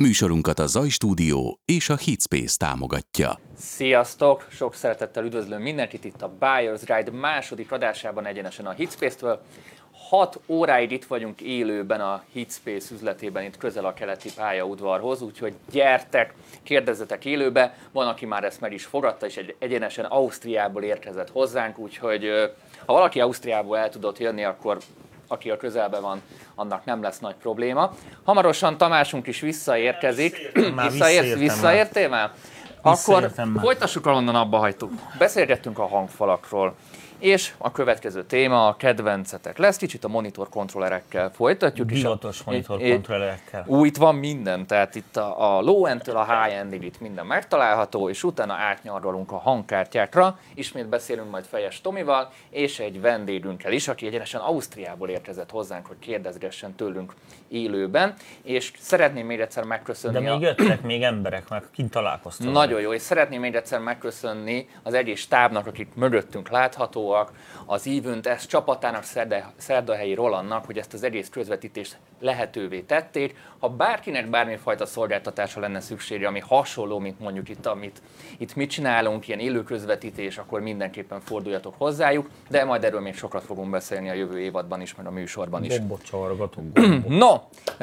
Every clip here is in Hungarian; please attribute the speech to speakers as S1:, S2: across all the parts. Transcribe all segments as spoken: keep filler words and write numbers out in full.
S1: Műsorunkat a Zaj Stúdió és a Hitspace támogatja.
S2: Sziasztok! Sok szeretettel üdvözlöm mindenkit itt a Buyers Guide második adásában egyenesen a Hitspace-től. Hat óráig itt vagyunk élőben a Hitspace üzletében, itt közel a keleti pályaudvarhoz, úgyhogy gyertek, kérdezzetek élőbe. Van, aki már ezt meg is fogadta, és egy egyenesen Ausztriából érkezett hozzánk, úgyhogy ha valaki Ausztriából el tudott jönni, akkor aki a közelben van, annak nem lesz nagy probléma. Hamarosan Tamásunk is visszaérkezik.
S3: Visszaértem
S2: Visszaértél már? Akkor folytassuk, ahonnan abba hagytuk. Beszélgettünk a hangfalakról. És a következő téma a kedvencetek lesz, kicsit a monitor kontrollerekkel folytatjuk.
S3: Divatos monitor kontrollerekkel.
S2: Úgy, itt van minden, tehát itt a, a low-end-től a high-endig itt minden megtalálható, és utána átnyargalunk a hangkártyákra. Ismét beszélünk majd Fejes Tomival, és egy vendégünkkel is, aki egyenesen Ausztriából érkezett hozzánk, hogy kérdezgessen tőlünk élőben. És szeretném még egyszer megköszönni...
S3: De még jöttek a... még emberek, meg kint találkoztak.
S2: Nagyon jó, és szeretném még egyszer megköszönni az egész stábnak, akik mögöttünk látható, az Event S csapatának, Szerdahelyi Rolandnak, hogy ezt az egész közvetítést lehetővé tették. Ha bárkinek bármifajta szolgáltatása lenne szüksége, ami hasonló, mint mondjuk itt, amit itt mit csinálunk, ilyen élő közvetítés, akkor mindenképpen forduljatok hozzájuk, de majd erről még sokat fogunk beszélni a jövő évadban is, meg a műsorban is.
S3: Gombot csavargatunk. Gombot.
S2: No,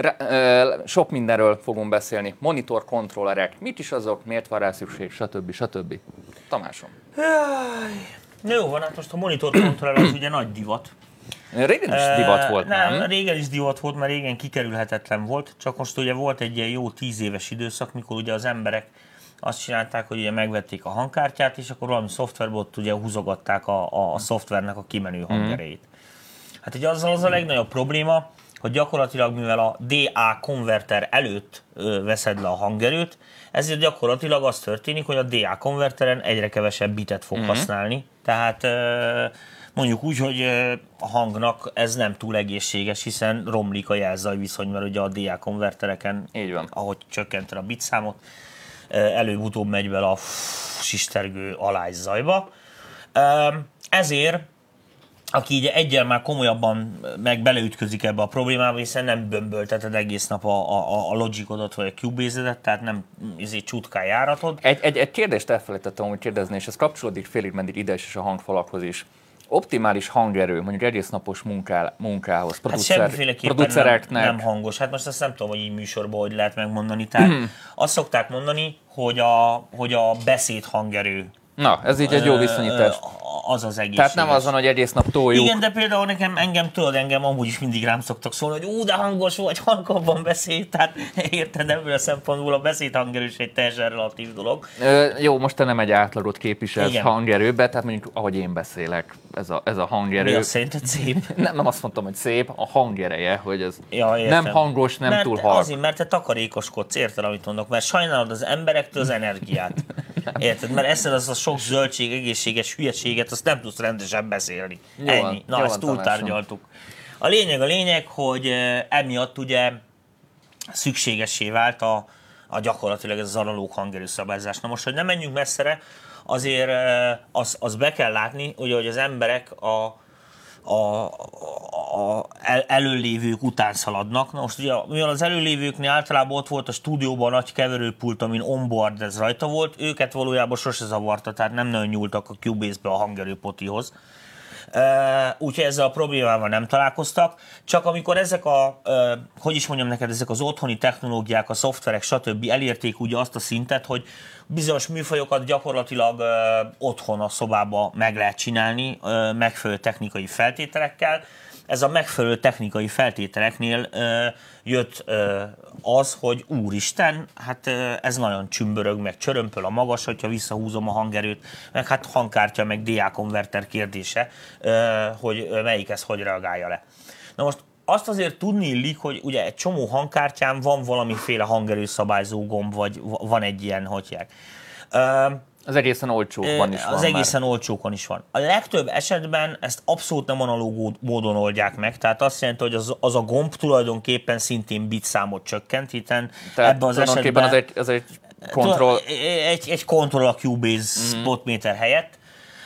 S2: sok mindenről fogunk beszélni. Monitor kontrollerek, mit is azok, miért van rá szükség, stb. stb. Tamásom.
S3: Jó van, hát most a monitor kontroller az ugye nagy divat.
S2: Régen is divat volt,
S3: nem?
S2: nem?
S3: Régen is divat volt, mert régen kikerülhetetlen volt, csak most ugye volt egy ilyen jó tíz éves időszak, mikor ugye az emberek azt csinálták, hogy ugye megvették a hangkártyát, és akkor valami szoftverből ott ugye húzogatták a, a, a szoftvernek a kimenő hangerejét. Hát ugye azzal az a legnagyobb probléma, hogy gyakorlatilag mivel a dé á konverter előtt ö, veszed le a hangerőt, ezért gyakorlatilag az történik, hogy a dé á konverteren egyre kevesebb bitet fog mm-hmm. használni. Tehát ö, mondjuk úgy, hogy ö, a hangnak ez nem túl egészséges, hiszen romlik a jelzaj viszony, mert ugye a dé á konvertereken,
S2: így van,
S3: ahogy csökkented a bitszámot, előbb-utóbb megy bele a sistergő alászajba. Ezért aki így egyel már komolyabban meg beleütközik ebbe a problémába, hiszen nem bömbölteted egész nap a, a, a Logicodat vagy a Cubase-edet, tehát nem ezért csutkán járatod.
S2: Egy, egy, egy kérdést elfelejtettem hogy kérdezni, és ez kapcsolódik félig meddig ide is, és a hangfalakhoz is. Optimális hangerő, mondjuk egész napos munká, munkához, producer,
S3: hát semmiféleképpen
S2: producereknek.
S3: Nem, nem hangos. Hát most azt nem tudom, hogy így műsorban hogy lehet megmondani. Tehát mm. azt szokták mondani, hogy a, hogy a beszéd hangerő.
S2: Na, ez így egy jó viszonyítás.
S3: Az az egészséges.
S2: Tehát nem az van, hogy egész nap toljuk.
S3: Igen, de például nekem, engem tudod, engem amúgy is mindig rám szoktak szólni, hogy ú, de hangos vagy, halkabban beszél. Tehát érted, ebből a szempontból a beszédhangerő is egy teljesen relatív dolog.
S2: Ö, jó, most te nem egy átlagot képviselsz hangerőbe, tehát mondjuk ahogy én beszélek, ez a, ez a hangerő.
S3: Mi azt szerinted szép?
S2: Nem, nem azt mondtam, hogy szép, a hangereje, hogy ez
S3: ja,
S2: nem hangos, nem
S3: mert
S2: túl halk.
S3: Azért, mert te takarékoskodsz, érted, amit mondok, mert sajnálod az emberektől az energiát. Érted? Mert eszed az a sok zöldség, egészséges hülyeséget, azt nem tudsz rendesen beszélni.
S2: Jó
S3: Ennyi.
S2: van,
S3: Na,
S2: jó
S3: ezt túltárgyaltuk. A lényeg a lényeg, hogy emiatt ugye szükségessé vált a, a gyakorlatilag ez az analóg hangerőszabályzás. Na most, hogy nem menjünk messzere, azért az, az be kell látni, ugye, hogy az emberek a a, a el, előlévők után szaladnak. Na most ugye, mivel az előlévőknél általában ott volt a stúdióban a nagy keverőpult, amin onboard ez rajta volt, őket valójában sose zavarta, tehát nem nagyon nyúltak a Cubase-be a hangerőpotihoz. Uh, úgyhogy ezzel a problémával nem találkoztak, csak amikor ezek a, uh, hogy is mondjam neked, ezek az otthoni technológiák, a szoftverek, stb. Elérték ugye azt a szintet, hogy bizonyos műfajokat gyakorlatilag uh, otthon a szobába meg lehet csinálni uh, megfelelő technikai feltételekkel. Ez a megfelelő technikai feltételeknél uh, jött uh, az, hogy úristen, hát uh, ez nagyon csümbörög, meg csörömpöl a magas, hogyha visszahúzom a hangerőt, meg hát hangkártya, meg dé á konverter kérdése, uh, hogy melyik ez hogy reagálja le. Na most azt azért tudni illik, hogy ugye egy csomó hangkártyán van valamiféle hangerőszabályzó gomb, vagy van egy ilyen, hogy uh,
S2: Az egészen olcsókban is van.
S3: Az egészen már. olcsókon is van. A legtöbb esetben ezt abszolút nem analóg módon oldják meg, tehát azt jelenti, hogy az, az a gomb tulajdonképpen szintén bitszámot csökkent, hiszen ebben az esetben
S2: az egy, az egy kontroll...
S3: Egy, egy kontroll a Cubase mm-hmm. spotmeter helyett.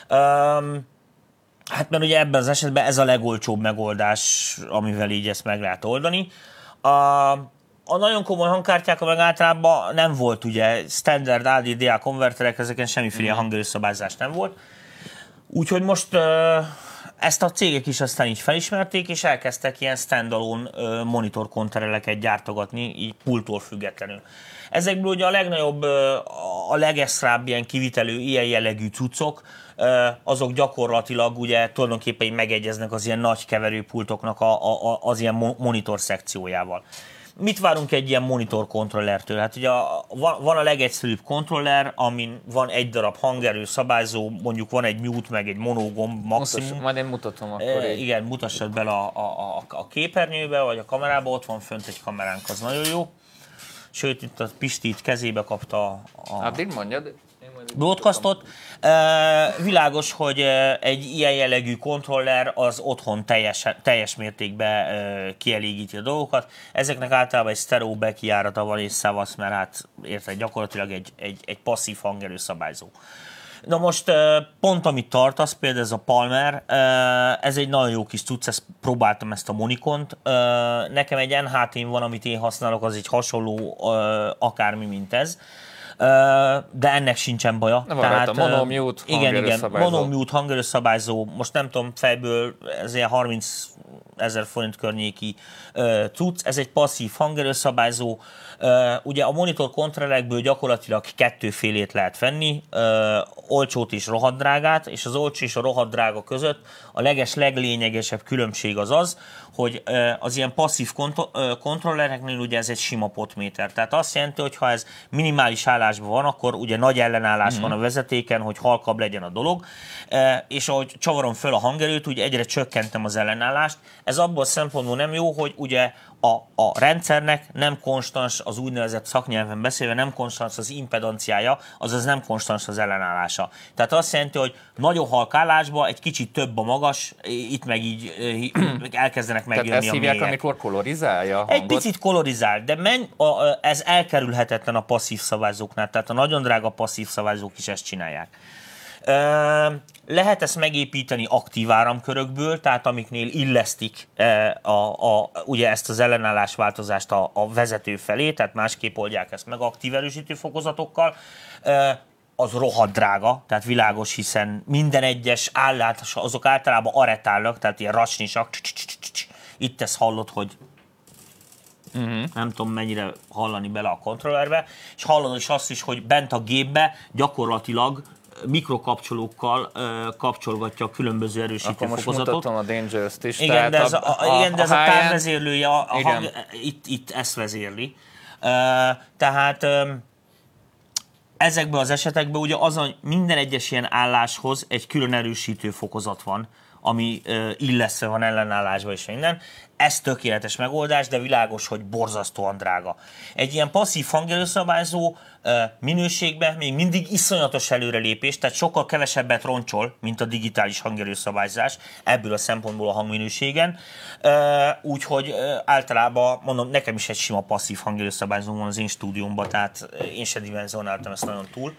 S3: Um, hát mert ugye ebben az esetben ez a legolcsóbb megoldás, amivel így ezt meg lehet oldani. A, a nagyon komoly hangkártyákon meg általában nem volt ugye standard á dé dé á konverterek, ezeken semmiféle mm. hangerőszabályzás nem volt. Úgyhogy most ezt a cégek is aztán így felismerték, és elkezdtek ilyen standalone monitor kontrellereket gyártogatni, így pulttól függetlenül. Ezekből ugye a legnagyobb, a legextrább ilyen kivitelő, ilyen jellegű cuccok, azok gyakorlatilag ugye tulajdonképpen megegyeznek az ilyen nagy keverőpultoknak a, a, az ilyen monitor szekciójával. Mit várunk egy ilyen monitor kontrollertől? Hát ugye a, van a legegyszerűbb kontroller, amin van egy darab hangerő szabályzó, mondjuk van egy mute, meg egy monogomb maximum.
S2: Mutass, majd én mutatom akkor.
S3: E, igen, mutassad bele a, a, a, a képernyőbe, vagy a kamerába, ott van fönt egy kameránk, az nagyon jó. Sőt, itt a Pisti itt kezébe kapta a...
S2: Hát én mondjad.
S3: broadcastot. Világos, hogy egy ilyen jellegű kontroller az otthon teljes, teljes mértékben kielégíti a dolgokat. Ezeknek általában egy stereo bekijárata van és szavasz, mert hát érted, gyakorlatilag egy, egy, egy passzív hangerő szabályzó. Na most pont amit tartasz, például ez a Palmer, ez egy nagyon jó kis cucc, ezt próbáltam ezt a Monikont. Nekem egy en há té-m van, amit én használok, az egy hasonló akármi, mint ez. De ennek sincsen baja.
S2: Nem tehát, a monomute
S3: igen, igen, monomute hangerőszabályzó, most nem tudom, fejből ez ilyen harminc ezer forint környéki uh, cucc, ez egy passzív hangerőszabályzó. Uh, ugye a monitor kontrollerekből gyakorlatilag kettőfélét lehet venni, uh, olcsót és rohadt drágát, és az olcsó és a rohadt drága között a leges leglényegesebb különbség az az, hogy uh, az ilyen passzív kont- uh, kontrollereknél ugye ez egy sima potméter. Tehát azt jelenti, hogy ha ez minimális állásban van, akkor ugye nagy ellenállás mm-hmm. van a vezetéken, hogy halkabb legyen a dolog, uh, és ahogy csavarom föl a hangerőt, ugye egyre csökkentem az ellenállást. Ez abból a szempontból nem jó, hogy ugye a, a rendszernek nem konstans, az úgynevezett szaknyelven beszélve nem konstans az impedanciája, azaz nem konstans az ellenállása. Tehát azt jelenti, hogy nagyon halk állásban egy kicsit több a magas, itt meg így elkezdenek megjönni a mélyek.
S2: Tehát ezt hívják, amikor kolorizálja a hangot?
S3: Egy picit kolorizál, de menj, ez elkerülhetetlen a passzív szabályzóknál, tehát a nagyon drága passzív szabályzók is ezt csinálják. Lehet ezt megépíteni aktív áramkörökből, tehát amiknél illesztik a, a, ugye ezt az ellenállásváltozást a, a vezető felé, tehát másképp oldják ezt meg aktív erősítő fokozatokkal. Az rohadt drága, tehát világos, hiszen minden egyes állás, azok általában aretállak, tehát ilyen racsnisak. Itt ezt hallod, hogy Uh-huh. nem tudom mennyire hallani bele a kontrollerbe, és hallod is azt is, hogy bent a gépbe gyakorlatilag mikrokapcsolókkal uh, kapcsolgatja a különböző erősítő
S2: Akkor most
S3: fokozatot.
S2: Mutatom a Dangerous-t is.
S3: Igen, de ez a, a, a, igen, de ez a, a távvezérlője, a, a hang, itt, itt ezt vezérli. Uh, tehát um, ezekben az esetekben ugye az, hogy minden egyes ilyen álláshoz egy külön erősítő fokozat van, ami uh, illeszve van ellenállásba és minden. Ez tökéletes megoldás, de világos, hogy borzasztóan drága. Egy ilyen passzív hangerőszabályzó uh, minőségben még mindig iszonyatos előrelépés, tehát sokkal kevesebbet roncsol, mint a digitális hangerőszabályzás ebből a szempontból a hangminőségen. Uh, úgyhogy uh, általában, mondom, nekem is egy sima passzív hangerőszabályzó van az én stúdiómban, tehát én se dimenzionáltam ezt nagyon túl.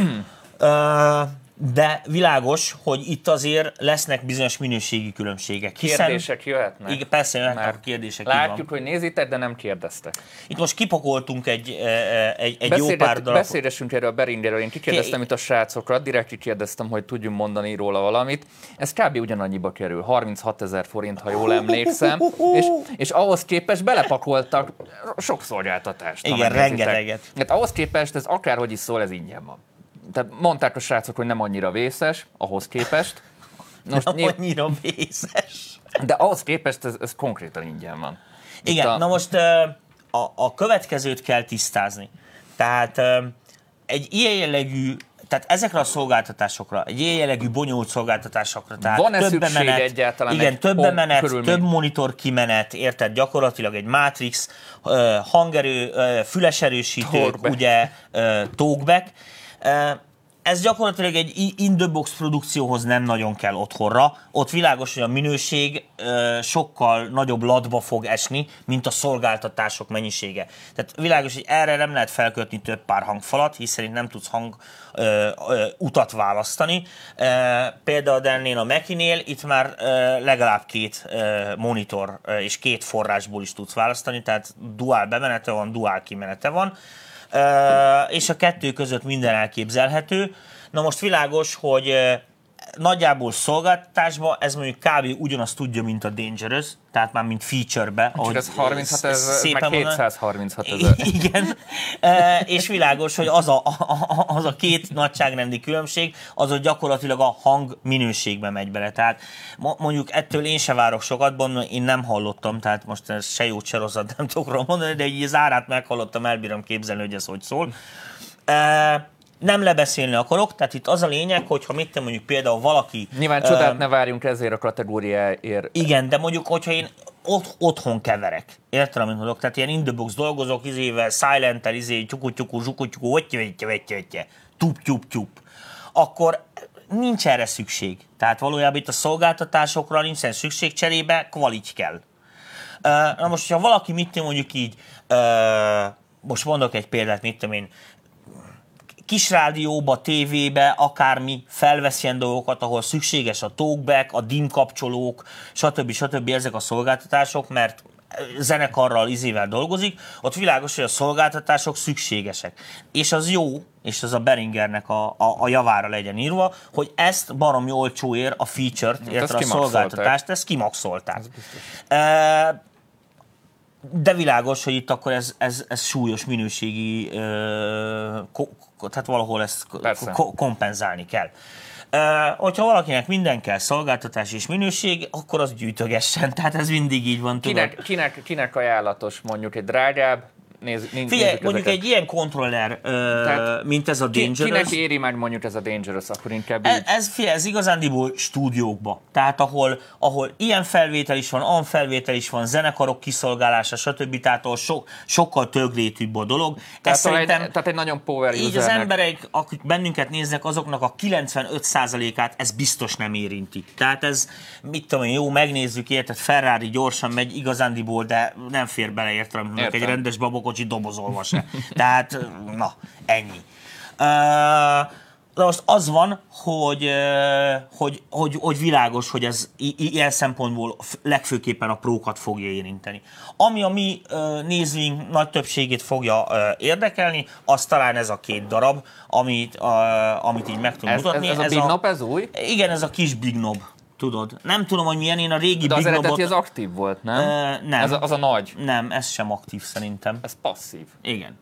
S3: Uh, de világos, hogy itt azért lesznek bizonyos minőségi különbségek. Hiszen,
S2: kérdések jöhetnek.
S3: Igen, persze jöhetnek a kérdések.
S2: Látjuk, hogy nézitek, de nem kérdeztek.
S3: Itt most kipakoltunk egy, egy, egy jó pár darab.
S2: Beszédessünk erről a Behringerről. Én kikérdeztem itt a srácokra, direkt kikérdeztem, hogy tudjunk mondani róla valamit. Ez kb. Ugyanannyiba kerül, harminchat ezer forint, ha jól emlékszem. és, és ahhoz képest belepakoltak sok szolgáltatást.
S3: Igen, rengeteget.
S2: Hát ahhoz képest ez akárhogy is szól, ez ingyen van. Tehát mondták a srácok, hogy nem annyira vészes, ahhoz képest.
S3: Most nem nyilv... annyira vészes.
S2: De ahhoz képest ez, ez konkrétan ingyen van. Itt
S3: igen,
S2: a...
S3: na most a, a következőt kell tisztázni. Tehát egy ilyen jellegű, tehát ezekre a szolgáltatásokra, egy ilyen jellegű bonyolult szolgáltatásokra, tehát
S2: van-e
S3: több menet,
S2: egyáltalán
S3: igen, több menet,
S2: körülmény...
S3: több monitor kimenet, érted, gyakorlatilag egy Matrix, hangerő, füles erősítők, ugye talkback. ez gyakorlatilag egy in-the-box produkcióhoz nem nagyon kell otthonra. Ott világos, hogy a minőség ö, sokkal nagyobb latba fog esni, mint a szolgáltatások mennyisége. Tehát világos, hogy erre nem lehet felkötni több pár hangfalat, hiszen itt nem tudsz hang ö, ö, utat választani. Ö, például ennél a Mac-nél itt már ö, legalább két ö, monitor ö, és két forrásból is tudsz választani, tehát dual bemenete van, dual kimenete van. Uh, és a kettő között minden elképzelhető. Na most világos, hogy uh, nagyjából szolgáltatásban ez mondjuk kb. Ugyanazt tudja, mint a Dangerous, tehát már mint feature-be.
S2: Csak ez harminchat ezer, meg hétszázharminchat ezer.
S3: Igen, uh, és világos, hogy az a, a, az a két nagyságrendi különbség, az hogy gyakorlatilag a hang minőségbe megy bele. Tehát mondjuk ettől én se várok sokat, mondom, én nem hallottam, tehát most ez se jót, se rosszat nem tudok róla mondani, de így az árát meghallottam, elbírom képzelni, hogy ez hogy szól. Uh, Nem lebeszélni akarok, tehát itt az a lényeg, hogyha mit te mondjuk például valaki...
S2: Nyilván csodát uh, ne várjunk ezért a kategóriáért.
S3: Igen, de mondjuk, hogyha én ott, otthon keverek, érted, amit mondok, tehát ilyen in the box dolgozok, izével, silent-tel, izé, tyuku-tyuku, zsuku-tyuku, vetye-vetye-vetye, tup-tyup-tyup, akkor nincs erre szükség. Tehát valójában itt a szolgáltatásokra nincsen szükség, cserébe kvality kell. Uh, na most, ha valaki mit te mondjuk így, uh, most mondok egy példát, mit tudom én, kisrádióba, tévébe, akármi felvesz ilyen dolgokat, ahol szükséges a talkback, a dim kapcsolók, stb. stb. Ezek a szolgáltatások, mert zenekarral, izével dolgozik, ott világos, hogy a szolgáltatások szükségesek. És az jó, és az a Behringernek a, a, a javára legyen írva, hogy ezt baromi olcsó ér a feature-t, érte a szolgáltatást, ezt kimaxolták. Ez de világos, hogy itt akkor ez, ez, ez súlyos minőségi, ö, ko, tehát valahol ezt ko, kompenzálni kell. Ö, hogyha valakinek minden kell, szolgáltatás és minőség, akkor az gyűjtögessen, tehát ez mindig így van.
S2: Kinek, kinek, kinek ajánlatos mondjuk egy drágább? Néz, néz,
S3: Figyelj, mondjuk ezeket. Egy ilyen kontroller, ö, tehát, mint ez a Dangerous.
S2: Kinek éri meg mondjuk ez a Dangerous, akkor inkább
S3: ez, ez, figyelj, ez igazándiból stúdiókba. Tehát ahol, ahol ilyen felvétel is van, olyan felvétel is van, zenekarok kiszolgálása, stb. Tehát ahol so, sokkal többlétűbb a dolog.
S2: Tehát, szerintem, egy, tehát egy nagyon power usernek.
S3: Így az emberek, akik bennünket néznek, azoknak a kilencvenöt százalékát ez biztos nem érinti. Tehát ez, mit tudom én, jó, megnézzük, érted, Ferrari gyorsan megy igazándiból, de nem fér bele, értem, egy rendes babok kocsi dobozolva se. Tehát, na, ennyi. De most az van, hogy, hogy, hogy, hogy világos, hogy ez ilyen szempontból legfőképpen a prókat fogja érinteni. Ami a mi nézőink nagy többségét fogja érdekelni, az talán ez a két darab, amit, amit így meg tudunk
S2: ez,
S3: mutatni.
S2: Ez, ez a Big Knob, ez új?
S3: Igen, ez a kis Big Knob. Tudod. Nem tudom, hogy milyen, én a régi
S2: de
S3: Big
S2: Knobot... De
S3: az
S2: eredeti az aktív volt, nem?
S3: Uh, nem.
S2: Ez a, az a nagy?
S3: Nem, ez sem aktív szerintem.
S2: Ez passzív.
S3: Igen.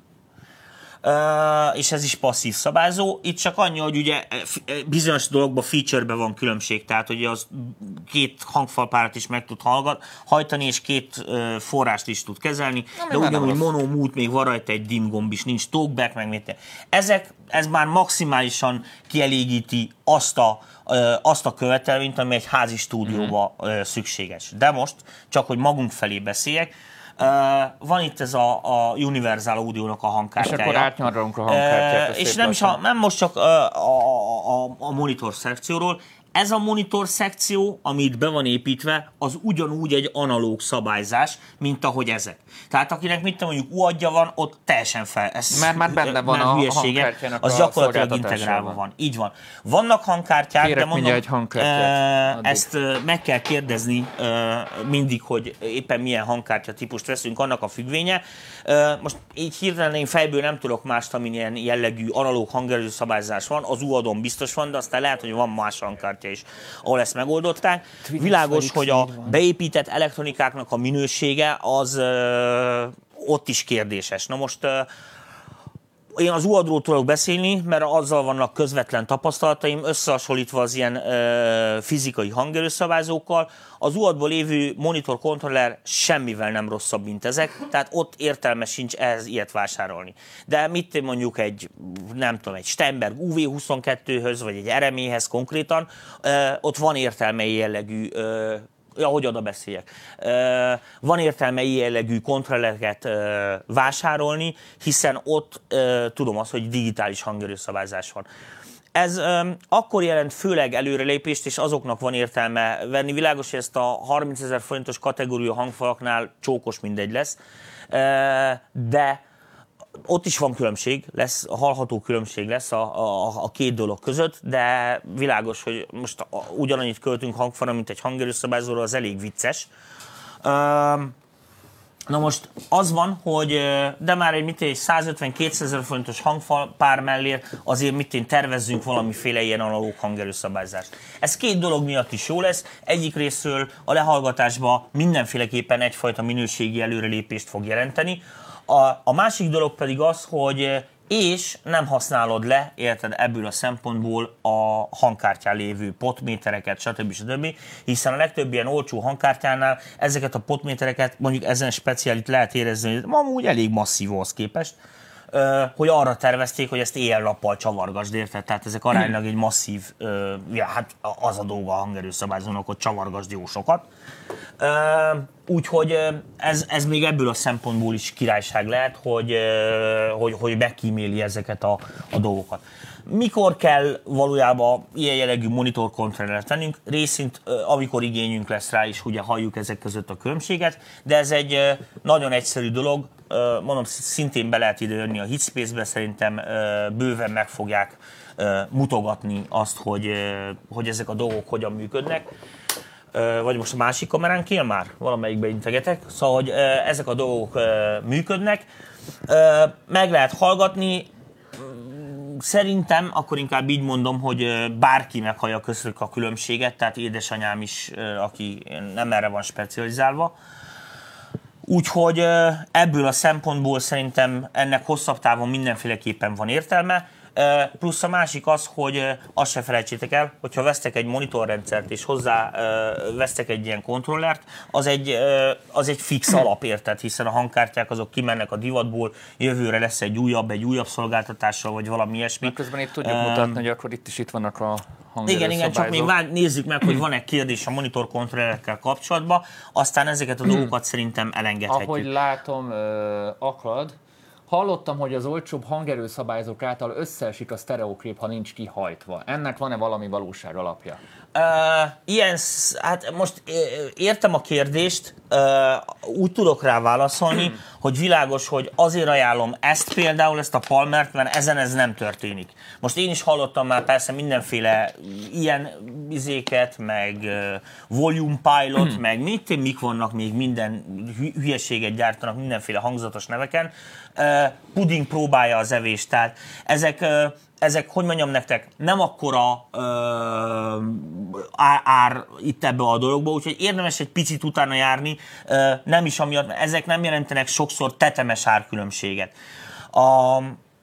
S3: Uh, és ez is passzív szabályzó. Itt csak annyi, hogy ugye bizonyos dologban feature-ben van különbség, tehát hogy az két hangfalpárat is meg tud hallgat, hajtani, és két uh, forrást is tud kezelni, nem, de ugyanúgy mono, mute, még van rajta egy dim gomb is, nincs talkback, meg mit. Ezek, ez már maximálisan kielégíti azt a azt a követelményt, ami egy házi stúdióba mm. szükséges. De most, csak hogy magunk felé beszéljek, van itt ez a, a Universal Audio-nak a hangkártyája.
S2: És akkor átnyarralunk a hangkártyát.
S3: És nem, is a, nem most csak a, a, a, a monitor szekcióról. Ez a monitor szekció, amit be van építve, az ugyanúgy egy analóg szabályzás, mint ahogy ezek. Tehát akinek mit tudom, mondjuk u á dja van, ott teljesen fel. Ez
S2: már, már benne van a, a hangkártyának
S3: az gyakorlatilag integrálva van. Így van. Vannak hangkártyák,
S2: Kérek
S3: de mondom,
S2: egy hangkártyát,
S3: ezt meg kell kérdezni mindig, hogy éppen milyen hangkártya típust veszünk, annak a függvénye. Most így hirtelen én fejből nem tudok mást, amin ilyen jellegű analóg hangerőző szabályzás van, az u á don biztos van, de aztán lehet, hogy van más hangkártya is, ahol ezt megoldották. Világos, hogy a beépített elektronikáknak a minősége az ö, ott is kérdéses. Na most ö, én az u á dról tudok beszélni, mert azzal vannak közvetlen tapasztalataim, összehasonlítva az ilyen ö, fizikai hangerőszabályzókkal. Az u á dban lévő monitor kontroller semmivel nem rosszabb, mint ezek, tehát ott értelme sincs ehhez ilyet vásárolni. De mit mondjuk egy, nem tudom, egy Steinberg u vé huszonkettőhöz, vagy egy er em éhez konkrétan, ö, ott van értelme jellegű ö, Ja, hogy oda beszéljek. Van értelme ilyen jellegű kontrollereket vásárolni, hiszen ott tudom azt, hogy digitális hangerőszabályzás van. ez um, akkor jelent főleg előrelépést, és azoknak van értelme venni. Világos, hogy ezt a harmincezer forintos kategória hangfalaknál csókos mindegy lesz, uh, de ott is van különbség, lesz, hallható különbség lesz a, a, a két dolog között, de világos, hogy most ugyanannyit költünk hangfalra, mint egy hangerőszabályzóra, az elég vicces. Uh, Na most az van, hogy de már egy, mit egy százötven-kétszázezer forintos hangfal pár mellé azért mit én tervezzünk valamiféle ilyen analóg hangerőszabályzást. Ez két dolog miatt is jó lesz. Egyik részről a lehallgatásban mindenféleképpen egyfajta minőségi előrelépést fog jelenteni. A, a másik dolog pedig az, hogy és nem használod le, érted, ebből a szempontból a hangkártyán lévő potmétereket, stb. stb. Hiszen a legtöbb ilyen olcsó hangkártyánál ezeket a potmétereket, mondjuk ezen speciálit lehet érezni, hogy amúgy elég masszív ahhoz képest, hogy arra tervezték, hogy ezt éjjel-nappal csavargasd, érted? Tehát ezek aránylag egy masszív, ja, hát az a dolga a hangerőszabályzónak, hogy csavargasd jó sokat. Úgyhogy ez, ez még ebből a szempontból is királyság lehet, hogy, hogy, hogy megkíméli ezeket a, a dolgokat. Mikor kell valójában ilyen jellegű monitorkontrollert tennünk? Részint, amikor igényünk lesz rá is, ugye halljuk ezek között a különbséget, de ez egy nagyon egyszerű dolog, mondom, szintén be lehet ide jönni a Hitspace-be, szerintem bőven meg fogják mutogatni azt, hogy, hogy ezek a dolgok hogyan működnek. Vagy most a másik kamerán kél már? Valamelyikbe integetek. Szóval, hogy ezek a dolgok működnek. Meg lehet hallgatni. Szerintem, akkor inkább így mondom, hogy bárki meghallja köztük a különbséget, tehát édesanyám is, aki nem erre van specializálva. Úgyhogy ebből a szempontból szerintem ennek hosszabb távon mindenféleképpen van értelme. Plusz a másik az, hogy azt se felejtsétek el, hogyha vesztek egy monitorrendszert és hozzá vesztek egy ilyen kontrollert, az egy, az egy fix alap, érted, hiszen a hangkártyák azok kimennek a divatból, jövőre lesz egy újabb, egy újabb szolgáltatással, vagy valami ilyesmi.
S2: Közben itt tudjuk um, mutatni, hogy akkor itt is itt vannak a hangerőszabályzók.
S3: Igen, igen, csak még vár, nézzük meg, hogy van-e kérdés a monitorkontrollerekkel kapcsolatban, aztán ezeket a dolgokat szerintem elengedhetjük.
S2: Ahogy látom, akad. Hallottam, hogy az olcsóbb hangerőszabályzók által összeesik a sztereokép, ha nincs kihajtva. Ennek van-e valami valóság alapja?
S3: Uh, ilyen, hát most értem a kérdést, uh, úgy tudok rá válaszolni, hogy világos, hogy azért ajánlom ezt például, ezt a Palmert, mert ezen ez nem történik. Most én is hallottam már persze mindenféle ilyen izéket, meg uh, volume pilot, meg mit, mik vannak még, minden hülyeséget gyártanak mindenféle hangzatos neveken. Uh, puding próbálja az evést, tehát ezek... Uh, Ezek, hogy mondjam nektek, nem akkora ö, ár, ár itt ebbe a dologba, úgyhogy érdemes egy picit utána járni, ö, nem is amiatt, ezek nem jelentenek sokszor tetemes árkülönbséget. A,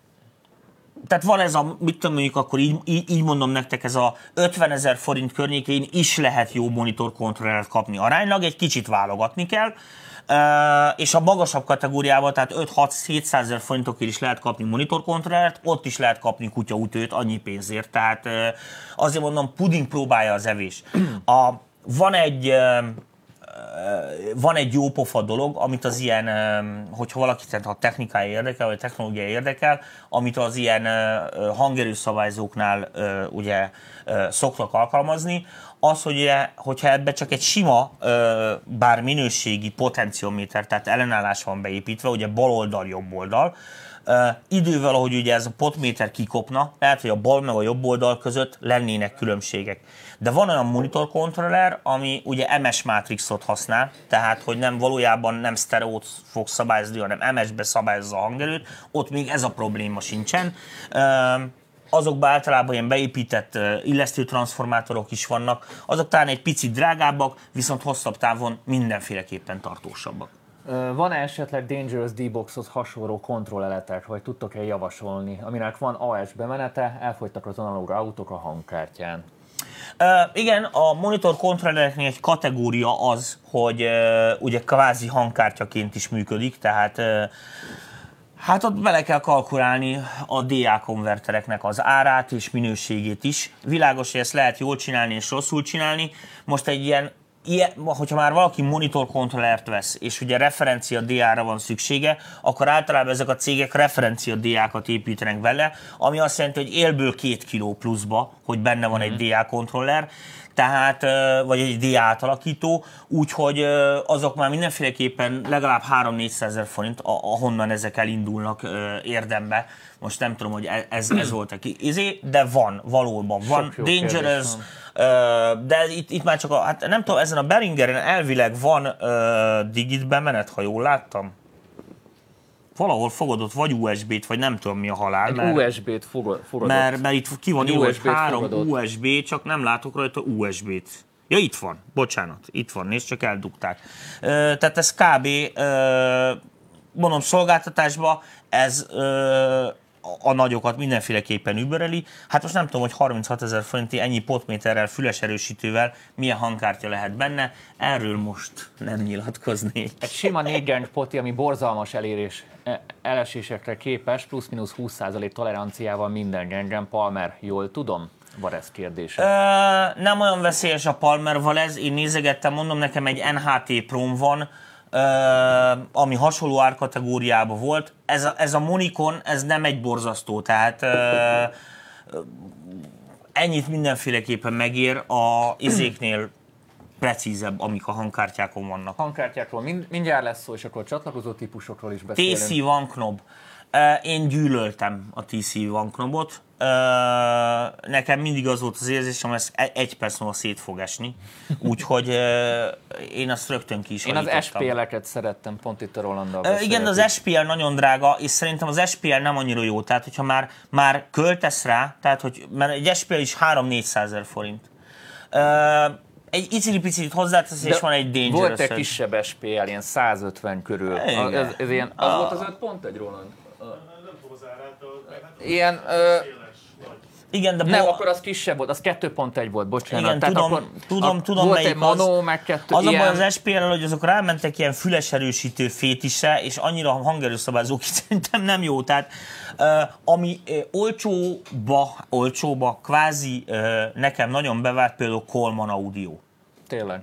S3: tehát van ez a, mit tudom mondjuk, akkor így, így, így mondom nektek, ez a ötvenezer forint környékén is lehet jó monitorkontrollert kapni aránylag, egy kicsit válogatni kell. Uh, és a magasabb kategóriában, tehát öt-hat-hétszázezer forintokért is lehet kapni monitorkontrollert, ott is lehet kapni kutyaütőt annyi pénzért, tehát uh, azért mondom, puding próbálja az evés. A, van egy uh, van egy jó pofa dolog, amit az ilyen, uh, hogyha valaki a technikája érdekel, vagy a technológia érdekel, amit az ilyen uh, hangerőszabályzóknál uh, ugye uh, szoktak alkalmazni, az, hogy hogyha ebbe csak egy sima, bár minőségi potenciométer, tehát ellenállás van beépítve, ugye bal oldal, jobb oldal, idővel, ahogy ugye ez a potméter kikopna, lehet, hogy a bal meg a jobb oldal között lennének különbségek. De van olyan monitorkontroller, ami ugye em es mátrixot használ, tehát hogy nem valójában nem sztereót fog szabályozni, hanem em es-be szabályozza a hangerőt, ott még ez a probléma sincsen. Azokban általában ilyen beépített illesztő transformátorok is vannak, azok talán egy picit drágábbak, viszont hosszabb távon mindenféleképpen tartósabbak.
S2: Van-e esetleg Dangerous D-Boxhoz hasonló kontrolleletek, vagy tudtok-e javasolni, aminek van á es bemenete, elfogytak az analóg autók a hangkártyán?
S3: Uh, igen, a monitor kontrollereknél egy kategória az, hogy uh, ugye kvázi hangkártyaként is működik, tehát uh, hát ott bele kell kalkulálni a dé á konvertereknek az árát és minőségét is. Világos, hogy ezt lehet jól csinálni és rosszul csinálni. Most egy ilyen ilyen, hogyha már valaki monitorkontrollert vesz, és ugye referencia dé á-ra van szüksége, akkor általában ezek a cégek referencia dé á-kat építenek vele, ami azt jelenti, hogy élből két kiló pluszba, hogy benne van egy dé á kontroller, tehát, vagy egy dé á átalakító, úgyhogy azok már mindenféleképpen legalább három-négyszázezer forint, ahonnan ezek elindulnak érdembe. Most nem tudom, hogy ez, ez volt izé, de van, valóban van. Dangerous, de itt, itt már csak a, hát nem tudom, ezen a Behringeren elvileg van uh, digit bemenet, ha jól láttam. Valahol fogadott vagy u es bé-t, vagy nem tudom mi a halál.
S2: Egy
S3: mert,
S2: u es bé-t fogadott.
S3: Mert, mert itt ki van írva, hogy három
S2: fogadott.
S3: u es bé, csak nem látok rajta u es bé-t. Ja, itt van, bocsánat, itt van, nézd, csak eldugták. Uh, tehát ez kb. Uh, mondom, szolgáltatásban ez uh, a nagyokat mindenféleképpen übereli. Hát most nem tudom, hogy harminchat forinti ennyi potméterrel, füles erősítővel milyen hangkártya lehet benne. Erről most nem nyilatkoznék.
S2: Egy sima négy poti, ami borzalmas elérés, elesésekre képes, plusz-minusz húsz százalék toleranciával minden gengen. Palmer, jól tudom? Varez kérdése.
S3: Ö, nem olyan veszélyes a Palmer Varez. Én nézegettem, mondom, nekem egy en há té Prom van, Uh, ami hasonló árkategóriában volt. Ez a, ez a Monikon, ez nem egy borzasztó, tehát uh, ennyit mindenféleképpen megér, a izéknél precízebb, amik a hangkártyákon vannak.
S2: Hangkártyákról mind, mindjárt lesz szó, és akkor csatlakozó típusokról is beszélünk.
S3: té cé One Knob. Uh, én gyűlöltem a té cé One Knobot. Uh, nekem mindig az volt az érzésem, hogy ez egy perc múlva szét fog esni, úgyhogy uh, én azt rögtön ki is
S2: Én az es pé el-eket szerettem, pont itt a Rolanddal
S3: uh, Igen, az es pé el nagyon drága, és szerintem az es pé el nem annyira jó, tehát hogyha már, már költesz rá, tehát hogy, mert egy es pé el is három-négyszázezer forint. Uh, egy icili-picit hozzátesz, és van egy Dangerous.
S2: Volt egy kisebb es pé el, ilyen százötven körül. A, ez, ez ilyen, az a... volt az öt pont egy, Roland?
S4: Nem tudom az árát,
S2: ilyen... Ö...
S3: Igen, de
S2: nem,
S3: bo-
S2: akkor az kisebb volt, az kettő pont egy volt, bocsánat.
S3: Igen,
S2: Tehát
S3: tudom,
S2: akkor
S3: tudom,
S2: a,
S3: tudom,
S2: volt
S3: melyik
S2: egy mono,
S3: az.
S2: meg kettő
S3: Az
S2: ilyen...
S3: a baj az es pé el-rel, hogy azok rámentek ilyen füles erősítő fétisre, és annyira hangerőszabályzók, szerintem nem jó. Tehát uh, ami uh, olcsóba, olcsóba, kvázi uh, nekem nagyon bevált, például Coleman Audio.
S2: Tényleg.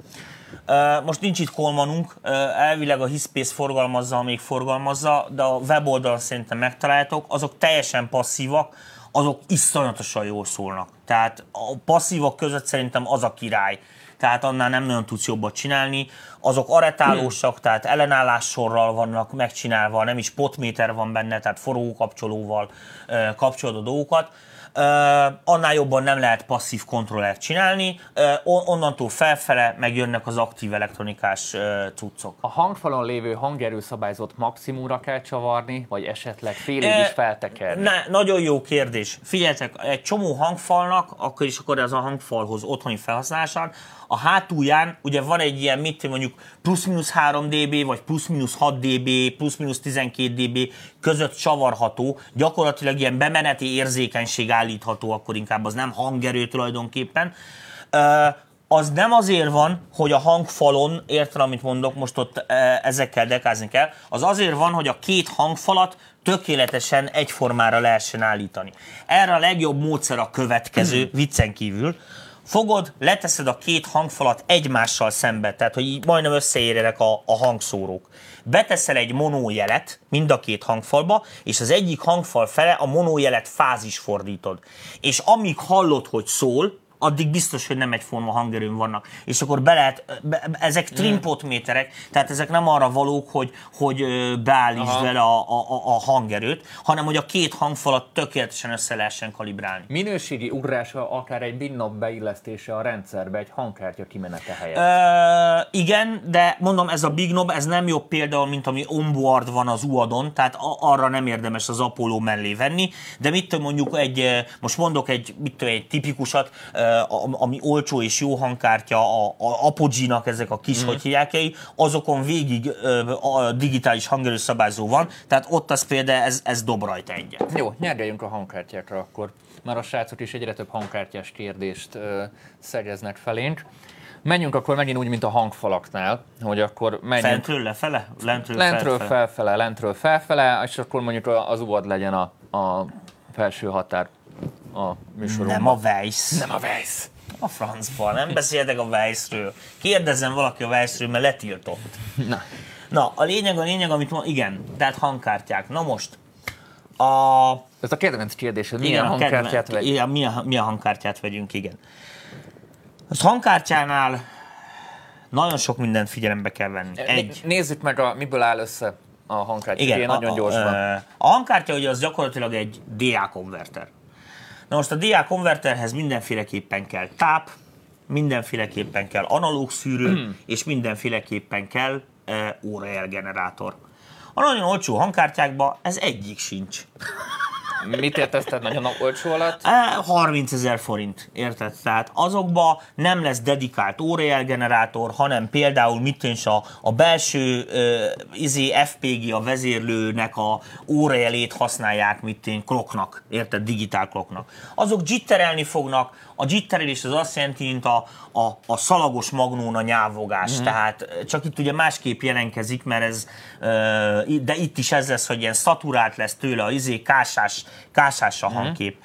S3: Uh, most nincs itt Colemanunk, uh, elvileg a Hispace forgalmazza, amíg forgalmazza, de a weboldalon szerintem megtaláltok, azok teljesen passzívak, azok iszonyatosan jól szólnak. Tehát a passzívak között szerintem az a király. Tehát annál nem nagyon tudsz jobbat csinálni. Azok aretálósak, tehát ellenállássorral vannak megcsinálva, nem is potméter van benne, tehát forrókapcsolóval uh, kapcsolod a dolgokat. Uh, annál jobban nem lehet passzív kontrollert csinálni, uh, onnantól felfele megjönnek az aktív elektronikás uh, cuccok.
S2: A hangfalon lévő hangerőszabályzót maximumra kell csavarni, vagy esetleg félig
S3: uh,
S2: is feltekerni?
S3: Ne, nagyon jó kérdés. Figyeljetek, egy csomó hangfalnak, akkor is akkor ez a hangfalhoz otthoni felhasználásán, a hátulján ugye van egy ilyen, mit mondjuk plusz-minusz három dB, vagy plusz-minusz hat dB, plusz-minusz tizenkét dB között csavarható, gyakorlatilag ilyen bemeneti érzékenység állítható, akkor inkább az nem hangerő tulajdonképpen. Az nem azért van, hogy a hangfalon, érted, amit mondok, most ott ezekkel dekázni kell, az azért van, hogy a két hangfalat tökéletesen egyformára lehessen állítani. Erre a legjobb módszer a következő, viccen kívül. Fogod, leteszed a két hangfalat egymással szembe, tehát hogy így majdnem összeérjenek a, a hangszórók. Beteszel egy monójelet mind a két hangfalba, és az egyik hangfal fele a monójelet fázisfordítod. És amíg hallod, hogy szól, addig biztos, hogy nem egyforma hangerőn vannak. És akkor be lehet, be, ezek trimpotméterek, tehát ezek nem arra valók, hogy, hogy beállítsd vele a, a, a hangerőt, hanem hogy a két hangfalat tökéletesen össze lehessen kalibrálni.
S2: Minőségi ugrása akár egy binnap beillesztése a rendszerbe egy hangkártya kimenete helyett.
S3: Ö, igen, de mondom, ez a Big Knob, ez nem jobb például, mint ami onboard van az u á dé-on, tehát arra nem érdemes az Apollo mellé venni, de mit tudom, mondjuk egy, most mondok egy, mit tudom, egy tipikusat, ami olcsó és jó hangkártya, a, a Apogee-nak ezek a kis, mm. hogy hívják, azokon végig a digitális hangerőszabályzó van, tehát ott az például ez, ez dob rajta egyet.
S2: Jó, nyergeljünk a hangkártyákra akkor. Már a srácok is egyre több hangkártyás kérdést ö, szegeznek felénk. Menjünk akkor megint úgy, mint a hangfalaknál, hogy akkor menjünk...
S3: Fentről lefele? Lentről,
S2: lentről
S3: felfele.
S2: felfele, lentről felfele, és akkor mondjuk az u á dé legyen a, a felső határ a műsorunkban.
S3: Nem a Weiss.
S2: Nem a Weiss.
S3: A francba, nem beszéltek a Weissről. Kérdezzem valaki a Weissről, mert letiltott.
S2: Na.
S3: Na, a lényeg, a lényeg, amit van, igen, tehát hangkártyák. Na most, a...
S2: Ez a kedvenc kérdés, hogy
S3: igen,
S2: milyen
S3: a
S2: hangkártyát
S3: kedven-
S2: vegy.
S3: igen, milyen, milyen hangkártyát vegyünk, igen. Az hangkártyánál nagyon sok mindent figyelembe kell venni. Egy.
S2: Nézzük meg, a, miből áll össze a hangkártya.
S3: Igen,
S2: Igen,
S3: a,
S2: nagyon
S3: a,
S2: gyorsban.
S3: A, a hangkártya ugye az gyakorlatilag egy dé á konverter. Na most a dé á konverterhez mindenféleképpen kell táp, mindenféleképpen kell analóg szűrő, hmm. és mindenféleképpen kell e, órajelgenerátor. A nagyon olcsó hangkártyákban ez egyik sincs.
S2: Mit értezted nagyon olcsó alatt?
S3: harmincezer forint, érted? Tehát azokba nem lesz dedikált órajelgenerátor, hanem például mit tűnsz a, a belső uh, izé ef pé gé, a vezérlőnek a órajelét használják, mit tűnsz, kloknak, érted? Digitál kloknak. Azok jitterelni fognak, a jitterelés az azt jelenti, mint a, a, a szalagos magnón a nyávogás, mm-hmm. tehát csak itt ugye másképp jelenkezik, mert ez, uh, de itt is ez lesz, hogy ilyen szaturált lesz tőle a izé kásás, kásás a hangkép.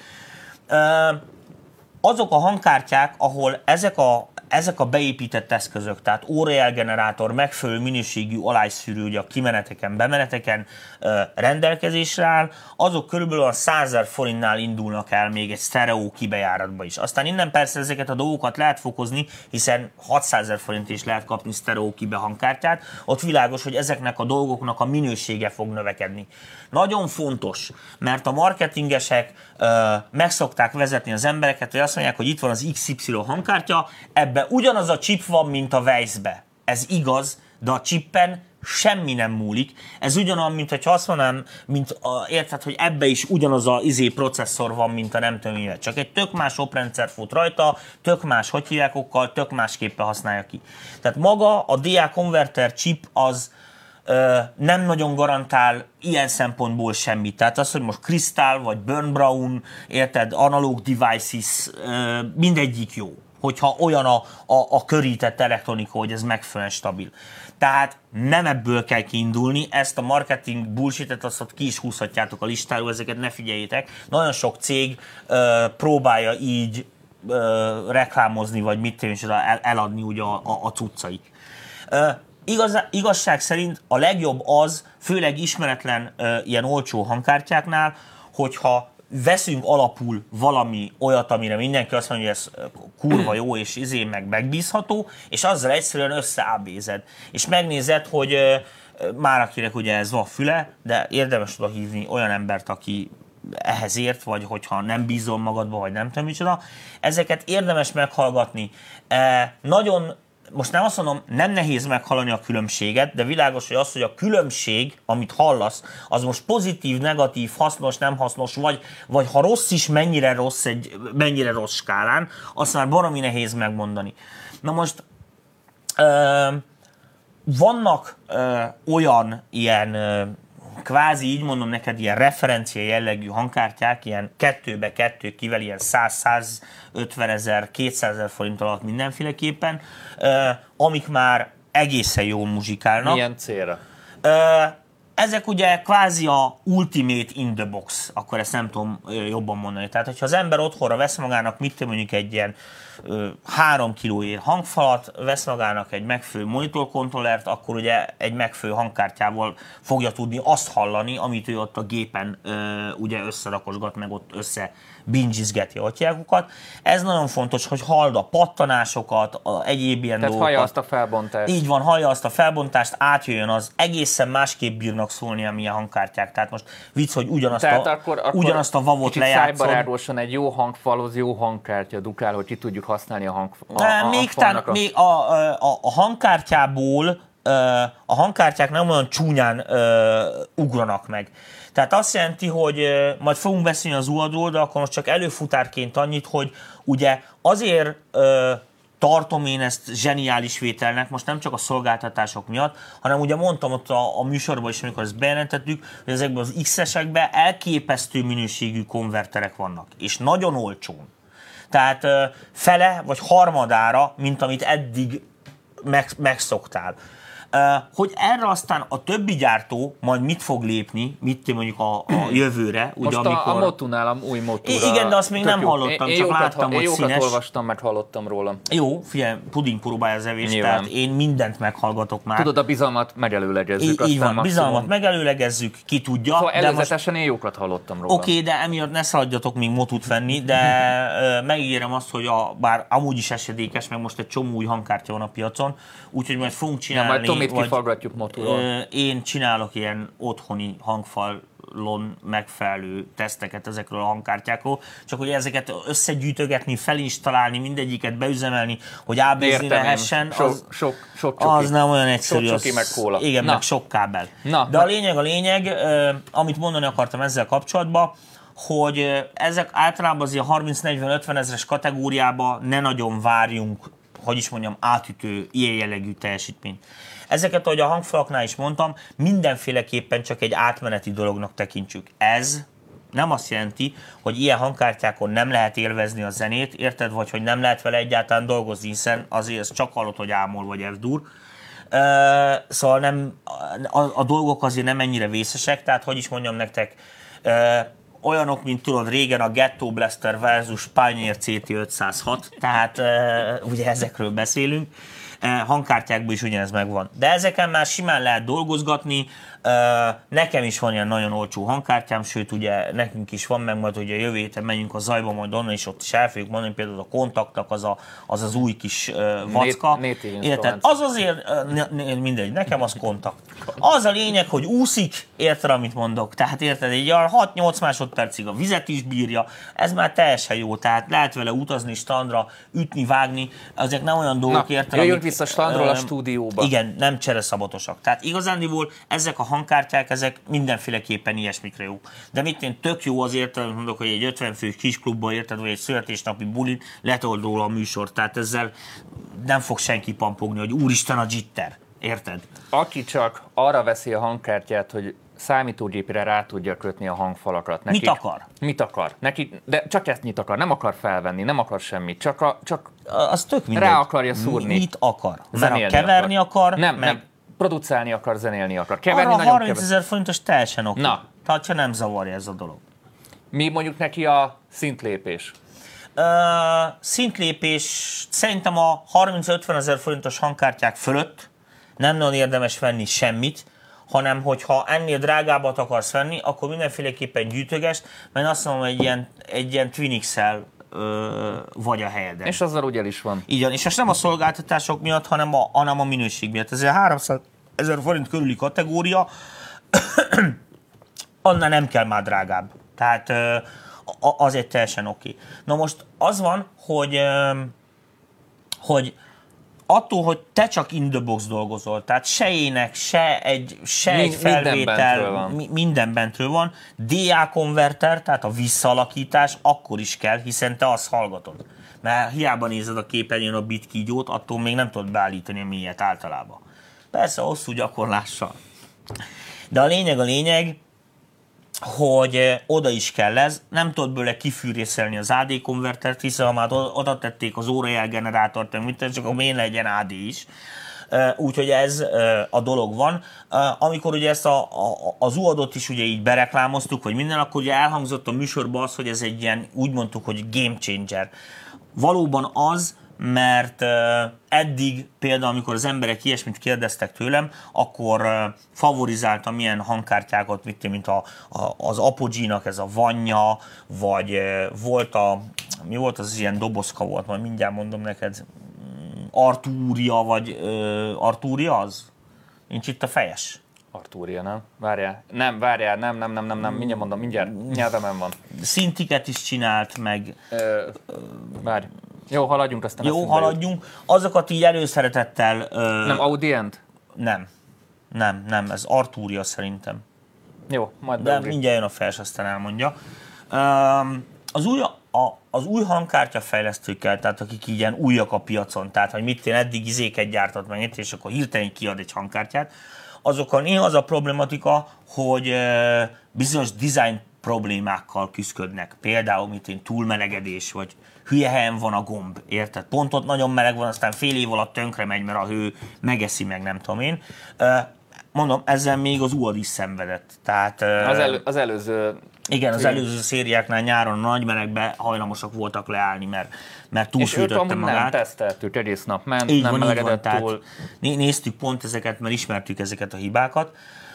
S3: Uh, azok a hangkártyák, ahol ezek a, ezek a beépített eszközök, tehát órajelgenerátor, megfelelő minőségű alályszűrő, ugye a kimeneteken, bemeneteken uh, rendelkezésre áll, azok körülbelül a százezer forintnál indulnak el még egy sztereó kibejáratba is. Aztán innen persze ezeket a dolgokat lehet fokozni, hiszen hatszázezer forint is lehet kapni sztereó kibe hangkártyát, ott világos, hogy ezeknek a dolgoknak a minősége fog növekedni. Nagyon fontos, mert a marketingesek uh, meg szokták vezetni az embereket, hogy azt mondják, hogy itt van az iksz ipszilon hangkártya, ebben ugyanaz a chip van, mint a Weissbe. Ez igaz, de a chippen semmi nem múlik. Ez ugyanolyan, mint hogyha azt mondanám, mint a, érted, hogy ebbe is ugyanaz a izé processzor van, mint a nem tudom mivel. Csak egy tök más oprendszer fut rajta, tök más hogy hívják okkal, tök másképpen használja ki. Tehát maga a dé á konverter chip az ö, nem nagyon garantál ilyen szempontból semmit. Tehát az, hogy most Crystal vagy Burn Brown, érted, Analog Devices, ö, mindegyik jó, hogyha olyan a, a, a körített elektronika, hogy ez megfelelően stabil. Tehát nem ebből kell kiindulni, ezt a marketing bullshit-et azt ott ki is húzhatjátok a listáról, ezeket ne figyeljétek. Nagyon sok cég ö, próbálja így ö, reklámozni, vagy mit tűnés, el, eladni ugye a, a, a cuccait. Ö, igaz, igazság szerint a legjobb az, főleg ismeretlen ö, ilyen olcsó hangkártyáknál, hogyha veszünk alapul valami olyat, amire mindenki azt mondja, hogy ez kurva jó és izé meg megbízható, és azzal egyszerűen összeábézed. És megnézed, hogy már akinek ugye ez van füle, de érdemes oda hívni olyan embert, aki ehhez ért, vagy hogyha nem bízol magadba, vagy nem tudom micsoda. Ezeket érdemes meghallgatni. E, nagyon Most nem azt mondom, nem nehéz meghallani a különbséget, de világos, hogy az, hogy a különbség, amit hallasz, az most pozitív, negatív, hasznos, nem hasznos, vagy, vagy ha rossz is, mennyire rossz, egy, mennyire rossz skálán, azt már baromi nehéz megmondani. Na most ö, vannak ö, olyan ilyen, ö, kvázi így mondom neked, ilyen referencia jellegű hangkártyák, ilyen kettőbe kettő kivel, ilyen száz-százötven ezer, kétszázezer forint alatt mindenféleképpen, amik már egészen jól muzsikálnak.
S2: Milyen célra?
S3: Ezek ugye kvázi a ultimate in the box, akkor ezt nem tudom jobban mondani. Tehát, hogyha az ember otthonra vesz magának, mit tudom, mondjuk egy ilyen három kilóért hangfalat, vesz magának egy megfelelő monitorkontrollert, akkor ugye egy megfelelő hangkártyával fogja tudni azt hallani, amit ő ott a gépen ugye összerakosgat, meg ott össze bingizgeti a tyákokat. Ez nagyon fontos, hogy halld a pattanásokat, a egyéb ilyen
S2: Tehát
S3: dolgokat.
S2: hallja azt a felbontást.
S3: Így van, hallja azt a felbontást, átjöjjön az, egészen másképp bírnak szólni a milyen hangkártyák. Tehát most vicc, hogy ugyanazt,
S2: Tehát
S3: a,
S2: akkor, akkor
S3: ugyanazt a vavot lejátszod.
S2: szájbarágosan egy jó hangfalhoz jó hangkártya dukál, hogy ki tudjuk használni a, hang, a, a,
S3: még
S2: a
S3: tán, még a, a, a hangkártyából a hangkártyák nem olyan csúnyán uh, ugranak meg. Tehát azt jelenti, hogy uh, majd fogunk beszélni az u á dé-ról, de akkor most csak előfutárként annyit, hogy ugye azért uh, tartom én ezt zseniális vételnek, most nem csak a szolgáltatások miatt, hanem ugye mondtam ott a, a műsorban is, amikor ezt bejelentettük, hogy ezekben az X-esekben elképesztő minőségű konverterek vannak, és nagyon olcsón. Tehát uh, fele vagy harmadára, mint amit eddig meg, megszoktál. Hogy erre aztán a többi gyártó majd mit fog lépni, mit mondjuk a, a jövőre.
S2: Most
S3: ugye,
S2: a,
S3: amikor...
S2: a Motunál, új Motura.
S3: Igen, de azt még nem
S2: jó.
S3: hallottam,
S2: én,
S3: csak
S2: én
S3: láttam,
S2: jókat,
S3: hogy színes.
S2: Én olvastam, mert hallottam róla.
S3: Jó, figyelj, puding próbálja az evést,
S2: Nyilván.
S3: tehát én mindent meghallgatok már.
S2: Tudod, a bizalmat megelőlegezzük.
S3: Í- így van,
S2: maximum.
S3: bizalmat megelőlegezzük, ki tudja.
S2: Szóval
S3: de most...
S2: előzetesen én jókat hallottam róla.
S3: Oké, okay, de emiatt ne szaladjatok még Motut venni, de ö, megígérem azt, hogy a, bár amúgy is esedékes, meg most egy csomó új hangkártya van a piacon, úgyhogy majd fogunk csinálni.
S2: Ja, majd Tomit kifaggatjuk Moturól.
S3: Ö, én csinálok ilyen otthoni hangfalon megfelelő teszteket ezekről a hangkártyákról, csak hogy ezeket összegyűjtögetni, felinstalálni, mindegyiket beüzemelni, hogy ábézni lehessen,
S2: sok,
S3: az,
S2: sok, sok csoki.
S3: az nem olyan egyszerű.
S2: Sok csoki, meg kóla.
S3: Igen,
S2: Na.
S3: meg sok kábel.
S2: Na,
S3: de a lényeg a lényeg, ö, amit mondani akartam ezzel kapcsolatban, hogy ezek általában azért harminc-negyven-ötven ezres kategóriába ne nagyon várjunk, hogy is mondjam, átütő, ilyen jellegű teljesítményt. Ezeket, ahogy a hangfalaknál is mondtam, mindenféleképpen csak egy átmeneti dolognak tekintsük. Ez nem azt jelenti, hogy ilyen hangkártyákon nem lehet élvezni a zenét, érted? Vagy hogy nem lehet vele egyáltalán dolgozni, hiszen azért ez csak hallott, hogy ámol vagy F-dur. Uh, szóval nem, a, a dolgok azért nem ennyire vészesek, tehát hogy is mondjam nektek, uh, olyanok, mint tudod, régen a Ghetto Blaster versus Pioneer C T ötszázhat, tehát uh, ugye ezekről beszélünk, uh, hangkártyákban is ugyanez megvan. De ezeken már simán lehet dolgozgatni, uh, nekem is van ilyen nagyon olcsó hangkártyám, sőt ugye nekünk is van, meg majd ugye jövő héten menjünk a Zajba, majd onnan is ott is el fogjuk mondani, például a Kontaktnak az a, az, az új kis uh, vacka. Érted? Az azért, uh, mindegy, nekem az Kontakt. Az a lényeg, hogy úszik, érted, amit mondok. Tehát érted, egy hat-nyolc másodpercig a vizet is bírja, ez már teljesen jó, tehát lehet vele utazni strandra, ütni, vágni, ezek nem olyan dolgok, érted.
S2: Jöjjünk amit, vissza strandról ö, a stúdióba.
S3: Igen, nem csereszabatosak. Tehát igazándiból ezek a hangkártyák, ezek mindenféleképpen ilyesmikre jó. De mit én tök jó azért, amit mondok, hogy egy ötven fős kisklubban, érted, vagy egy születésnapi bulin letold róla a műsor. Tehát ezzel nem fog senki pampogni, hogy úristen a jitter. Érted?
S2: Aki csak arra veszi a hangkártyát, hogy számítógépre rá tudja kötni a hangfalakat. Nekik,
S3: mit akar?
S2: Mit akar? Neki, de csak ezt nyit akar, nem akar felvenni, nem akar semmit, csak, a, csak
S3: az tök mindegy.
S2: Rá akarja szúrni.
S3: Mit akar? Zenélni Mert keverni akar, akar
S2: nem,
S3: meg...
S2: nem, producálni akar, zenélni akar. Keverni
S3: arra harmincezer forintos teljesen oké.
S2: Na.
S3: Tehát ha nem zavarja ez a dolog.
S2: Mi mondjuk neki a szintlépés?
S3: Uh, szintlépés szerintem a harminc-ötven ezer forintos hangkártyák fölött nem nagyon érdemes venni semmit, hanem hogyha ennél drágábbat akarsz venni, akkor mindenféleképpen gyűjtögesd, mert azt mondom, hogy egy ilyen, egy ilyen Twinix-el ö, vagy a helyeden.
S2: És azzal úgy el is van.
S3: Így van, és ez nem a szolgáltatások miatt, hanem a, hanem a minőség miatt. Ez egy háromszáz ezer forint körüli kategória, annál nem kell már drágább. Tehát ö, az egy teljesen oké. Na most az van, hogy, ö, hogy attól, hogy te csak in the box dolgozol, tehát se ének, se egy, se
S2: Mind,
S3: egy felvétel,
S2: minden bentről van.
S3: Mi, minden bentről van. dé á konverter, tehát a visszaalakítás akkor is kell, hiszen te azt hallgatod. Mert hiába nézed a képernyőn a bit kígyót, attól még nem tudod beállítani a mélyet általában. Persze hosszú gyakorlással. De a lényeg a lényeg, hogy oda is kell ez, nem tudod bőle kifűrészelni az á dé konvertert, hiszen ha már oda tették az órajelgenerátort, mint csak akkor miért legyen á dé is. Úgyhogy ez a dolog van. Amikor ugye ezt a, a, az u á dé-ot is ugye így bereklámoztuk, vagy minden, akkor ugye elhangzott a műsorban az, hogy ez egy ilyen, úgy mondtuk, hogy game changer. Valóban az, mert uh, eddig például, amikor az emberek ilyesmit kérdeztek tőlem, akkor uh, favorizáltam ilyen hangkártyákat, mint a, a, az Apogee-nak ez a Vanya, vagy uh, volt a, mi volt az ilyen dobozka volt, majd mindjárt mondom neked, Arturia, vagy uh, Arturia az? Nincs itt a fejes?
S2: Artúria, nem? Várjál. Nem, várjál, nem, nem, nem, nem, nem, mindjárt mondom, mindjárt nyelvemen van.
S3: Szintiket is csinált, meg...
S2: Ö, várj. Jó, haladjunk, aztán
S3: Jó, haladjunk. Azokat így előszeretettel... Ö...
S2: Nem Audient?
S3: Nem. Nem, nem, ez Arturia szerintem.
S2: Jó, majd
S3: de
S2: beugrik.
S3: mindjárt jön a fels, aztán elmondja. Az új, a, az új hangkártya fejlesztőkkel, tehát akik így ilyen újak a piacon, tehát hogy mit én eddig izéket gyártott meg, és akkor hirtelen kiad egy hangkártyát, azokkal néha az a problematika, hogy bizonyos design problémákkal küzdködnek. Például, mint én túlmelegedés, vagy hülye helyen van a gomb, érted? Pont ott nagyon meleg van, aztán fél év alatt tönkre megy, mert a hő megeszi meg, nem tudom én. Mondom, ezzel még az u á dé is szenvedett. Tehát,
S2: az, elő, az előző...
S3: Igen, az előző szériáknál nyáron a nagy melegben hajlamosak voltak leállni, mert, mert túlfűtötte magát.
S2: Nem teszteltük, egész nap ment,
S3: így
S2: nem
S3: van,
S2: melegedett
S3: így van,
S2: túl.
S3: Néztük pont ezeket, mert ismertük ezeket a hibákat.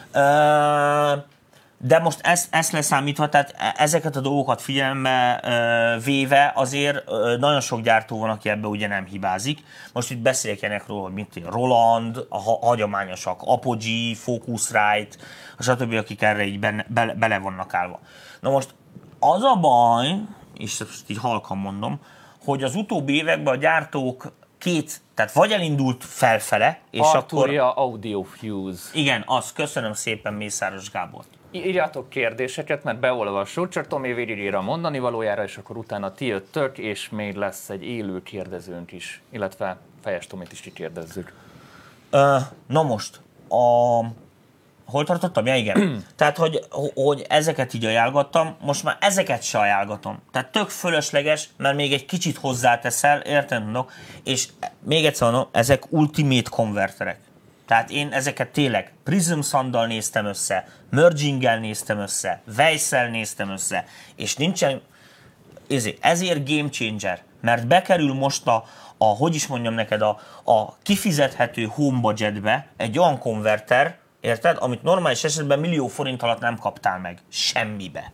S3: De most ezt, ezt leszámítva, tehát ezeket a dolgokat figyelembe véve azért nagyon sok gyártó van, aki ebbe ugye nem hibázik. Most itt beszéljek ilyenekről, hogy mint Roland, a hagyományosak, Apogee, Focusrite, stb., akik erre így benne, bele, bele vannak állva. Na most az a baj, és ezt így halkan mondom, hogy az utóbbi években a gyártók két, tehát vagy elindult felfele, és
S2: Arturia
S3: akkor...
S2: Audio Fuse.
S3: Igen, az, köszönöm szépen Mészáros Gábor.
S2: Írjátok kérdéseket, mert beolvassuk, csak Tomi végigír a mondani valójára, és akkor utána ti jöttök, és még lesz egy élő kérdezőnk is, illetve Fejes Tomit is kikérdezzük.
S3: Uh, na most, a... hol tartottam? Ja, igen. Tehát, hogy, hogy ezeket így ajánlgattam, most már ezeket se ajánlgatom. Tehát tök fölösleges, mert még egy kicsit hozzáteszel, érted mondok, és még egyszer mondom, ezek ultimate konverterek. Tehát én ezeket tényleg Prism Sounddal néztem össze, Merginggel néztem össze, Weiss-szel néztem össze, és nincsen, ezért, ezért game changer, mert bekerül most a, a hogy is mondjam neked, a, a kifizethető home budgetbe egy olyan konverter, érted, amit normális esetben millió forint alatt nem kaptál meg, semmibe.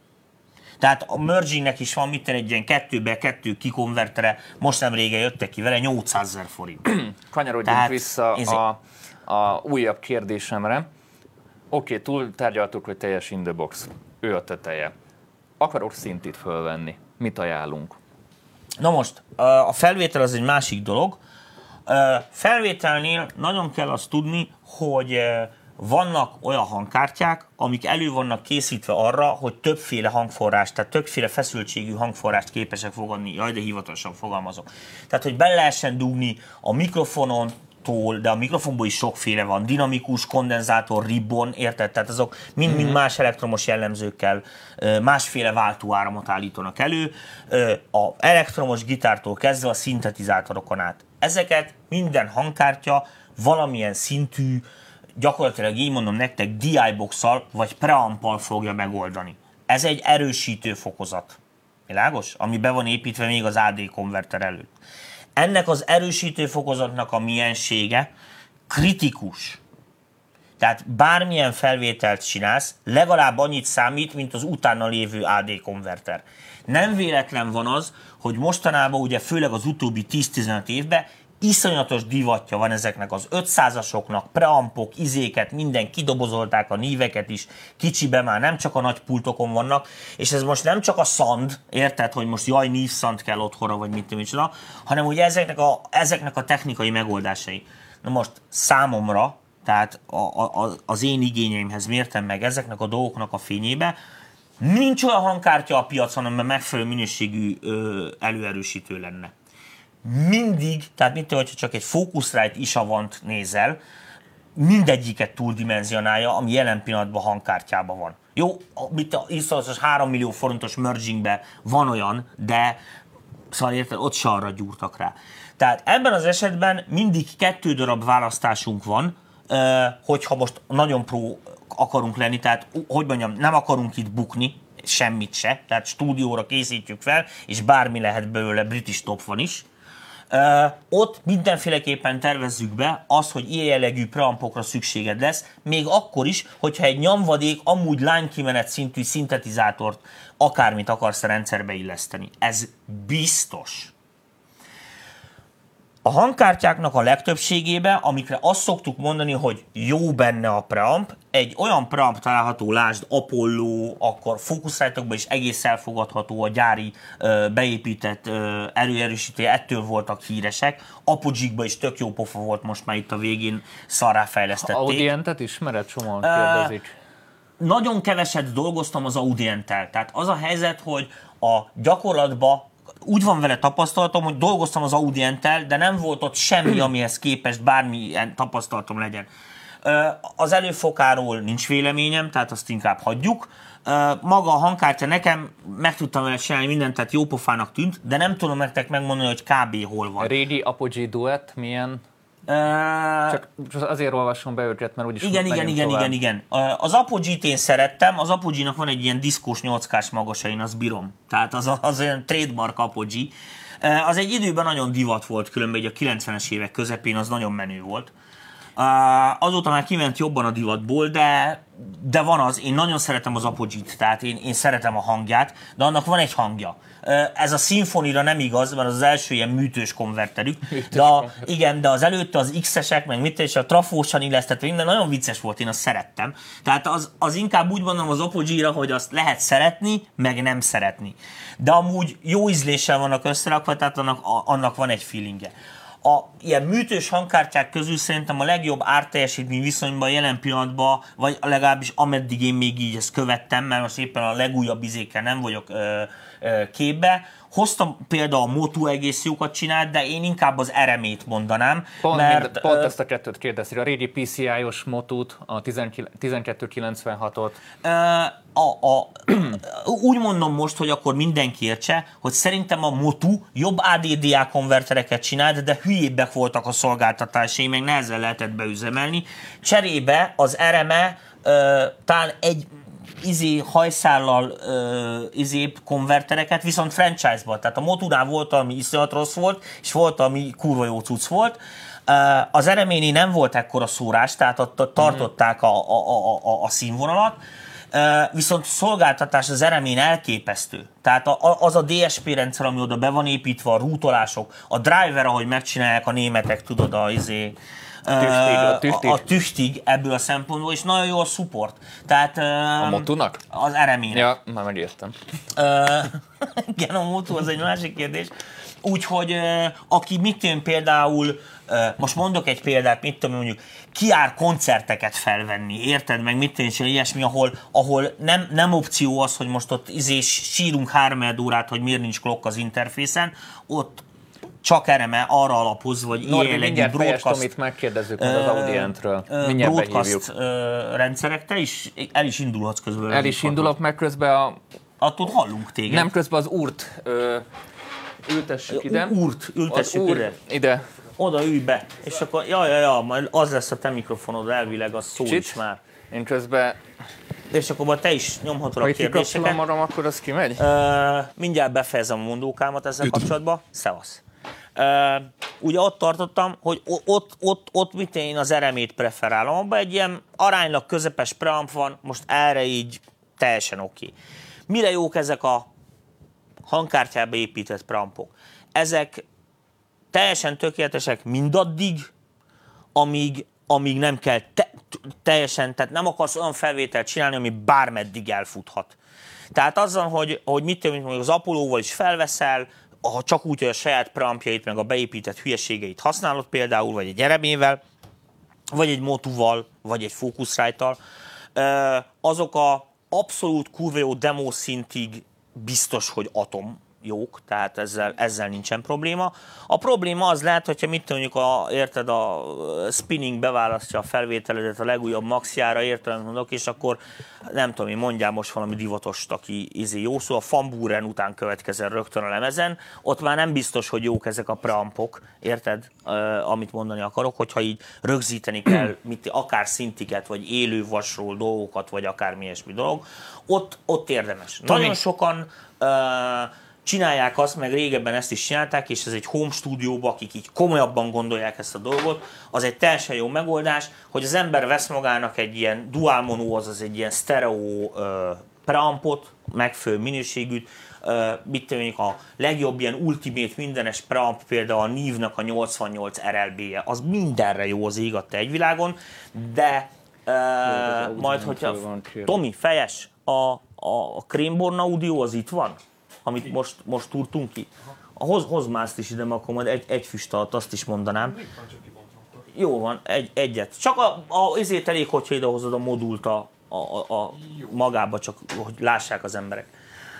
S3: Tehát a Mergingnek is van mitten egy ilyen kettőbe kettő kikonvertere, most nem régen jöttek ki vele nyolcszázezer forint.
S2: Kanyarodjunk Tehát, vissza a, a újabb kérdésemre. Oké, okay, túl tárgyaltuk, hogy teljes in the box. Ő a teteje. Akarok szintit fölvenni. Mit ajánlunk?
S3: Na most, a felvétel az egy másik dolog. Felvételnél nagyon kell azt tudni, hogy vannak olyan hangkártyák, amik elő vannak készítve arra, hogy többféle hangforrást, tehát többféle feszültségű hangforrást képesek fogadni. Jaj, de hivatalosan fogalmazok. Tehát, hogy be lehessen dugni a mikrofonon, de a mikrofonból is sokféle van, dinamikus, kondenzátor, ribbon, érted? Tehát azok mind-mind más elektromos jellemzőkkel másféle váltóáramot állítanak elő, a elektromos gitártól kezdve a szintetizátorokon át. Ezeket minden hangkártya valamilyen szintű, gyakorlatilag így mondom nektek, dé i box-szal vagy preampal fogja megoldani. Ez egy erősítő fokozat. Világos? Ami be van építve még az á dé konverter előtt. Ennek az erősítő fokozatnak a miensége kritikus. Tehát bármilyen felvételt csinálsz, legalább annyit számít, mint az utána lévő á dé konverter. Nem véletlen van az, hogy mostanában ugye főleg az utóbbi tíz-tizenöt évben iszonyatos divatja van ezeknek az ötszázasoknak, preampok, izéket, minden kidobozolták, a níveket is, kicsibe már nem csak a nagy pultokon vannak, és ez most nem csak a sound, érted, hogy most jaj, nívszant kell otthonra, vagy mit micsoda, hanem ugye ezeknek a, ezeknek a technikai megoldásai. Na most számomra, tehát a, a, az én igényeimhez mértem meg ezeknek a dolgoknak a fényébe, nincs olyan hangkártya a piacon, amiben megfelelő minőségű ö, előerősítő lenne. Mindig, tehát mit tudom, hogyha csak egy Focusrite Isavant nézel, mindegyiket túldimenzionálja, ami jelen pillanatban hangkártyában van. Jó, mit a iszonyatos három millió forintos mergingben van olyan, de szóval érted, ott se arra gyúrtak rá. Tehát ebben az esetben mindig kettő darab választásunk van, hogyha most nagyon pro akarunk lenni, tehát hogy mondjam, nem akarunk itt bukni, semmit se, tehát stúdióra készítjük fel, és bármi lehet belőle, British Top van is. Uh, ott mindenféleképpen tervezzük be azt, hogy ilyen jellegű preampokra szükséged lesz, még akkor is, hogyha egy nyomvadék, amúgy lánykimenet szintű szintetizátort akármit akarsz a rendszerbe illeszteni. Ez biztos. A hangkártyáknak a legtöbbségében, amikre azt szoktuk mondani, hogy jó benne a preamp, egy olyan preamp található, lásd Apollo, akkor Focusrite-okban is egész elfogadható a gyári ö, beépített ö, erőerősítője, ettől voltak híresek. Apogee-ban is tök jó pofa volt, most már itt a végén szarrá fejlesztették.
S2: Audientet ismered? Csomóan kérdezik.
S3: Uh, nagyon keveset dolgoztam az Audienttel, tehát az a helyzet, hogy a gyakorlatban úgy van vele tapasztalatom, hogy dolgoztam az Audienttel, de nem volt ott semmi, amihez képest bármilyen tapasztalatom legyen. Az előfokáról nincs véleményem, tehát azt inkább hagyjuk. Maga a hangkártya nekem meg tudtam vele csinálni mindent, tehát jó pofának tűnt, de nem tudom nektek megmondani, hogy kb. Hol van.
S2: Rédi Apogee Duet milyen?
S3: Uh,
S2: Csak azért olvasom be őket, mert úgyis
S3: igen, igen, igen, igen, igen. Az Apogee-t én szerettem, az Apogee-nak van egy ilyen diszkós nyolckás magasa, én azt bírom. Tehát az, az olyan trademark Apogee. Az egy időben nagyon divat volt, különben a kilencvenes évek közepén az nagyon menő volt. Azóta már kiment jobban a divatból, de, de van az, én nagyon szeretem az Apogee-t, tehát én, én szeretem a hangját, de annak van egy hangja. Ez a Symphony-ra nem igaz, mert az, az első ilyen műtős konverterük, de a, igen, de az előtte az X-esek, meg mit és a trafósan illesztetve, minden nagyon vicces volt, én azt szerettem. Tehát az, az inkább úgy mondom az Apogee-ra, hogy azt lehet szeretni, meg nem szeretni. De amúgy jó ízléssel vannak összerakva, tehát annak, annak van egy feelingje. A ilyen műtős hangkártyák közül szerintem a legjobb árteljesítmény viszonyban jelen pillanatban, vagy legalábbis ameddig én még így ezt követtem, mert most éppen a legújabb izékkel nem vagyok ö, ö, képbe. Hoztam például a Motu egész jókat csinált, de én inkább az er em é-t mondanám.
S2: Pont,
S3: mert,
S2: mind, pont
S3: ö,
S2: ezt a kettőt kérdezik, a régi pé cé i-os Motut, a tizenkettő kilencvenhatot.
S3: Ö, a, a, úgy mondom most, hogy akkor mindenki értse, hogy szerintem a Motu jobb á dé dé á konvertereket csinált, de hülyébbek voltak a szolgáltatásai, meg nehezen lehetett beüzemelni. Cserébe az er em é ö, talán egy izé hajszállal uh, izé konvertereket, viszont franchise-ban. Tehát a Motunál volt, ami iszonyat rossz volt, és volt, ami kurva jó cucc volt. Uh, az er em é-nél nem volt ekkora szórás, tehát ott tartották a, a, a, a, a színvonalat. Uh, viszont szolgáltatás az er em é-n elképesztő. Tehát a, a, az a dé es pé rendszer, ami oda be van építve, a rútolások, a driver, ahogy megcsinálják a németek, tudod, a izé,
S2: Tüchtig, a tüchtig.
S3: A, a tüchtig ebből a szempontból, és nagyon jó a support. Tehát,
S2: A Motunak?
S3: Az er em é-nek.
S2: Ja, már megértem.
S3: Igen, a Motu az egy másik kérdés. Úgyhogy aki mit tűn például, most mondok egy példát, mit tudom mondjuk, kiár koncerteket felvenni, érted meg, mit tűn, ilyesmi, ahol, ahol nem, nem opció az, hogy most ott izé sírunk három órát, hogy miért nincs klokk az interfészen, ott csak er em é arra alapozva, hogy
S2: Norbi,
S3: ilyen
S2: mindjárt
S3: broadcast,
S2: Fejes Tomit megkérdezzük meg az Audientről. Mindjárt
S3: broadcast
S2: behívjuk.
S3: rendszerek, te is el is indulhatsz közben.
S2: El is indulok, meg közben a...
S3: Attól hallunk téged.
S2: Nem, közben az úrt ö, ültessük ide.
S3: Úrt, ültessük
S2: úr,
S3: ide.
S2: ide.
S3: Oda ülj be. És akkor, ja, ja, ja, majd az lesz a te mikrofonod, elvileg az szó
S2: Csit.
S3: is már.
S2: Én közben,
S3: És akkor majd te is nyomhatod
S2: ha
S3: a
S2: itt kikapcsolom
S3: kérdéseket.
S2: magam, akkor az kimegy?
S3: Uh, mindjárt befejezem a mondókámat ezzel kapcsolatban. Szevasz. Uh, ugye ott tartottam, hogy ott, ott, ott mit én az er em é-t preferálom. Abban egy ilyen aránylag közepes preamp van, most erre így teljesen oké. Okay. Mire jók ezek a hangkártyába épített preampok? Ezek teljesen tökéletesek mindaddig, amíg, amíg nem kell te, teljesen, tehát nem akarsz olyan felvételt csinálni, ami bármeddig elfuthat. Tehát azzal, hogy, hogy mit tudom, hogy az Apollo-val is felveszel, ha csak úgy, hogy a saját preampjait, meg a beépített hülyeségeit használod például, vagy egy er em é-vel, vagy egy Motuval, vagy egy Focusrite-tal, azok a abszolút kurva jó demo szintig biztos, hogy atom jók, tehát ezzel, ezzel nincsen probléma. A probléma az lehet, hogyha mit mondjuk, a, érted, a spinning beválasztja a felvételedet a legújabb maxjára, érted, mondok, és akkor nem tudom, én mondjál most valami divatost, aki izé jó szó, a Fanburen után következel rögtön a lemezen, ott már nem biztos, hogy jók ezek a preampok, érted, uh, amit mondani akarok, hogyha így rögzíteni kell, mit, akár szintiket, vagy élő vasról dolgokat, vagy akármi ilyesmi dolog, ott, ott érdemes.
S2: Tomi.
S3: Nagyon sokan uh, csinálják azt, meg régebben ezt is csinálták, és ez egy home stúdióban, akik így komolyabban gondolják ezt a dolgot, az egy teljesen jó megoldás, hogy az ember vesz magának egy ilyen dual mono, azaz egy ilyen stereo uh, preampot, megfelelő minőségűt, uh, mit mondjuk a legjobb ilyen ultimate mindenes preamp, például a Neve-nak a nyolcvannyolc er el bé-je, az mindenre jó az ég a egyvilágon, de uh, majd, hogyha Tomi, fejes, a, a, a Cranborn Audio az itt van? Amit most, most túrtunk ki. Hoz, hozd már ezt is ide, mert akkor majd egy, egy füst alatt azt is mondanám. Jó van, egy, egyet. Csak a, a, ezért elég, hogyha idehozod a modult a, a, a magába, csak hogy lássák az emberek.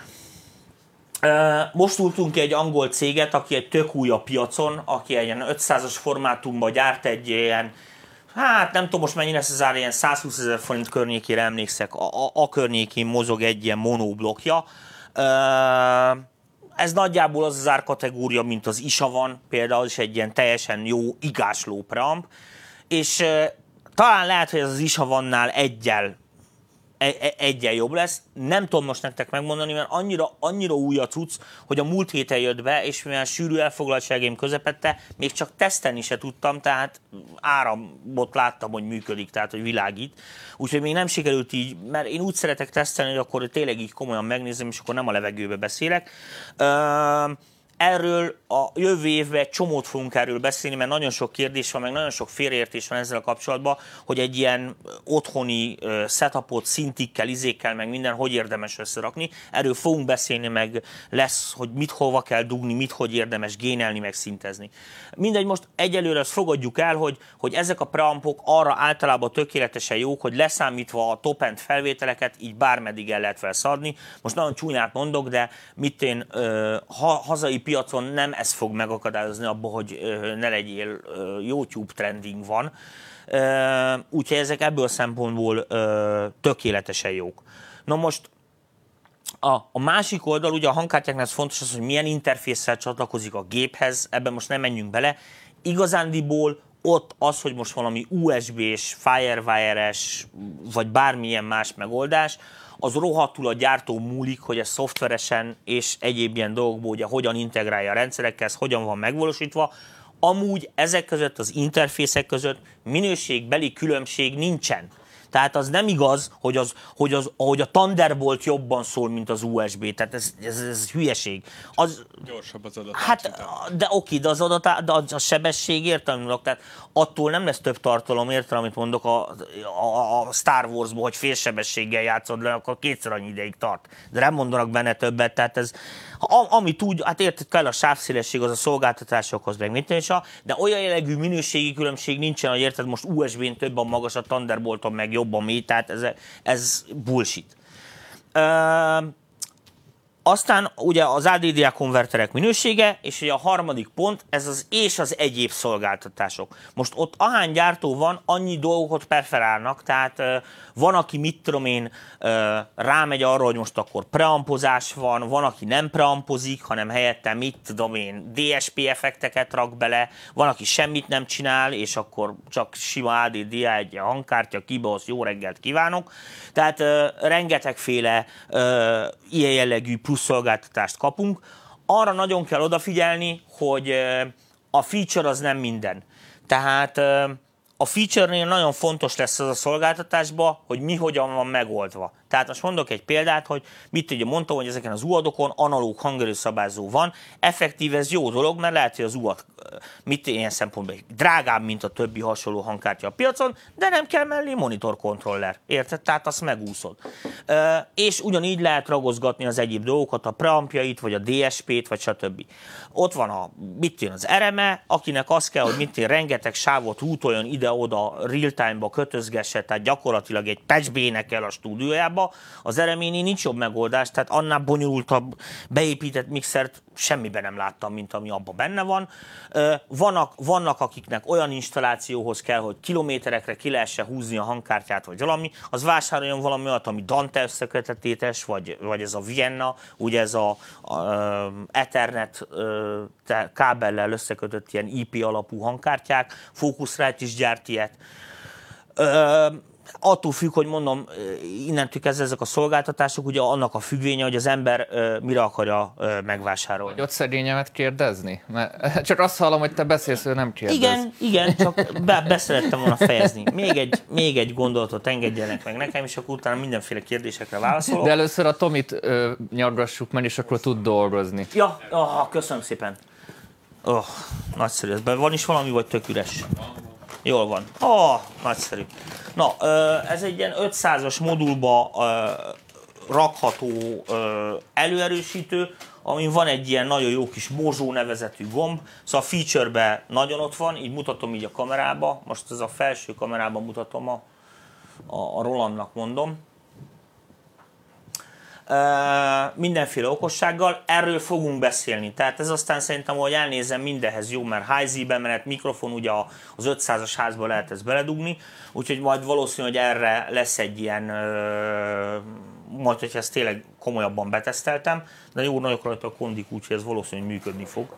S3: Most túltunk ki egy angol céget, aki egy tök új a piacon, aki egy ilyen ötszázas formátumban gyárt egy ilyen Hát nem tudom most mennyi lesz az ár, ilyen százhúszezer forint környékére emlékszek, a, a, a környékén mozog egy ilyen monoblokkja. Ez nagyjából az az árkategória, mint az i es á van, például is egy ilyen teljesen jó igásló preamp, és talán lehet, hogy ez az i es á vannál egyel egyen jobb lesz. Nem tudom most nektek megmondani, mert annyira, annyira új a cucc, hogy a múlt héten jött be, és mivel sűrű elfoglaltságaim közepette, még csak tesztelni se tudtam, tehát áramot láttam, hogy működik, tehát hogy világít. Úgyhogy még nem sikerült így, mert én úgy szeretek tesztelni, hogy akkor tényleg így komolyan megnézem, és akkor nem a levegőbe beszélek. Erről a jövő évben egy csomót fogunk erről beszélni, mert nagyon sok kérdés van, meg nagyon sok félreértés van ezzel a kapcsolatban, hogy egy ilyen otthoni setupot szintikkel, izékkel, meg minden, hogy érdemes összerakni. Erről fogunk beszélni, meg lesz, hogy mit hova kell dugni, mit hogy érdemes génelni, meg szintezni. Mindegy, most egyelőre azt fogadjuk el, hogy, hogy ezek a preampok arra általában tökéletesen jók, hogy leszámítva a top-end felvételeket, így bármeddig el lehet felszadni. Most nagyon csúnyát mondok, de mit én ha, hazai piacon nem ez fog megakadályozni abba, hogy ne legyél YouTube trending van. Úgyhogy ezek ebből a szempontból tökéletesen jók. Na most a, a másik oldal, ugye a hangkártyáknál ez fontos az, hogy milyen interfésszel csatlakozik a géphez, ebben most nem menjünk bele. Igazándiból ott az, hogy most valami u es bé-s, Firewire-es, vagy bármilyen más megoldás, az rohadtul a gyártó múlik, hogy ez szoftveresen és egyéb ilyen dolgokból ugye hogyan integrálja a rendszerekkel, ez hogyan van megvalósítva. Amúgy ezek között, az interfészek között minőségbeli különbség nincsen. Tehát az nem igaz, hogy, az, hogy, az, hogy a Thunderbolt jobban szól, mint az u es bé. Tehát ez, ez, ez hülyeség. Az,
S5: gyorsabb az adat.
S3: Hát, de oké, de az adat, de a sebesség értelműleg, tehát attól nem lesz több tartalom, értelem, amit mondok a, a, a Star Wars-ból, hogy félsebességgel játszod le, akkor kétszer annyi ideig tart. De nem mondanak benne többet, tehát ez, amit úgy, hát érted, kell a sávszélesség, az a szolgáltatásokhoz meg mit is, de olyan jellegű minőségi különbség nincsen, hogy érted, most u es bén több a magas, a Thunderbolton meg jobban mély, tehát ez, ez bullshit. Ö, aztán ugye az á dé dé á konverterek minősége, és ugye a harmadik pont, ez az és az egyéb szolgáltatások. Most ott ahány gyártó van, annyi dolgokat preferálnak, tehát ö, van, aki mit tudom én, ö, rámegy arra, hogy most akkor preampozás van, van, aki nem preampozik, hanem helyette mit tudom én, dé es pé effekteket rak bele, van, aki semmit nem csinál, és akkor csak sima á dé dé á, egy hangkártya, kibasz, jó reggelt kívánok. Tehát ö, rengetegféle ö, ilyen jellegű plusz szolgáltatást kapunk. Arra nagyon kell odafigyelni, hogy ö, a feature az nem minden. Tehát ö, a feature-nél nagyon fontos lesz az a szolgáltatásban, hogy mi hogyan van megoldva. Tehát most mondok egy példát, hogy mit ugye mondtam, hogy ezeken az u á dé-okon analóg hangerőszabályzó van. Effektív ez jó dolog, mert lehet, hogy az u á dé mit ilyen szempontból drágább, mint a többi hasonló hangkártya a piacon, de nem kell mellé monitorkontroller. Érted? Tehát azt megúszod. És ugyanígy lehet ragozgatni az egyéb dolgokat, a preampjait, vagy a dé es pét, vagy stb. Ott van a, mit jön az er em e, akinek az kell, hogy mit jön, rengeteg sávot útoljon ide-oda, real-time-ba kötözgesse, tehát gyakorlatilag egy patch bénekel a stúdiójába. Az er em é-nél nincs jobb megoldás, tehát annál bonyolultabb beépített mixert semmiben nem láttam, mint ami abban benne van. Vannak, vannak, akiknek olyan installációhoz kell, hogy kilométerekre ki lehessen húzni a hangkártyát, vagy valami, az vásároljon valami olyat, ami Dante összekötetétes, vagy, vagy ez a Vienna, ugye ez a, a Ethernet kábellel összekötött ilyen i pé alapú hangkártyák, Focusrite is gyárt ilyet. Attól függ, hogy mondom, innentől kezdve ezek a szolgáltatások, ugye annak a függvénye, hogy az ember mire akarja megvásárolni.
S2: Hogy szegényemet kérdezni? Mert csak azt hallom, hogy te beszélsz, hogy nem kérdez.
S3: Igen, igen, csak be, beszerettem volna fejezni. Még egy, még egy gondolatot engedjenek meg nekem, és akkor utána mindenféle kérdésekre válaszolok.
S2: De először a Tomit ö, nyargassuk meg, és akkor tud dolgozni.
S3: Ja, oh, köszönöm szépen. Oh, nagyszerű. Van is valami, vagy tök üres? Jól van. Oh, nagyszerű. Na, ez egy ilyen ötszázas modulba rakható előerősítő, amin van egy ilyen nagyon jó kis Mojo nevezetű gomb, szóval a feature-ben nagyon ott van, így mutatom így a kamerába, most ez a felső kamerában mutatom, a, a, a Rolandnak mondom. mindenféle okossággal, erről fogunk beszélni. Tehát ez aztán szerintem, ahogy elnézem, mindenhez jó, mert high-Z bemenet, mikrofon, ugye az ötszázas házba lehet ezt beledugni, úgyhogy majd valószínű, hogy erre lesz egy ilyen, majd hogyha ezt tényleg komolyabban beteszteltem, de jó nagyok rajta a kondik, úgyhogy ez valószínű, hogy működni fog.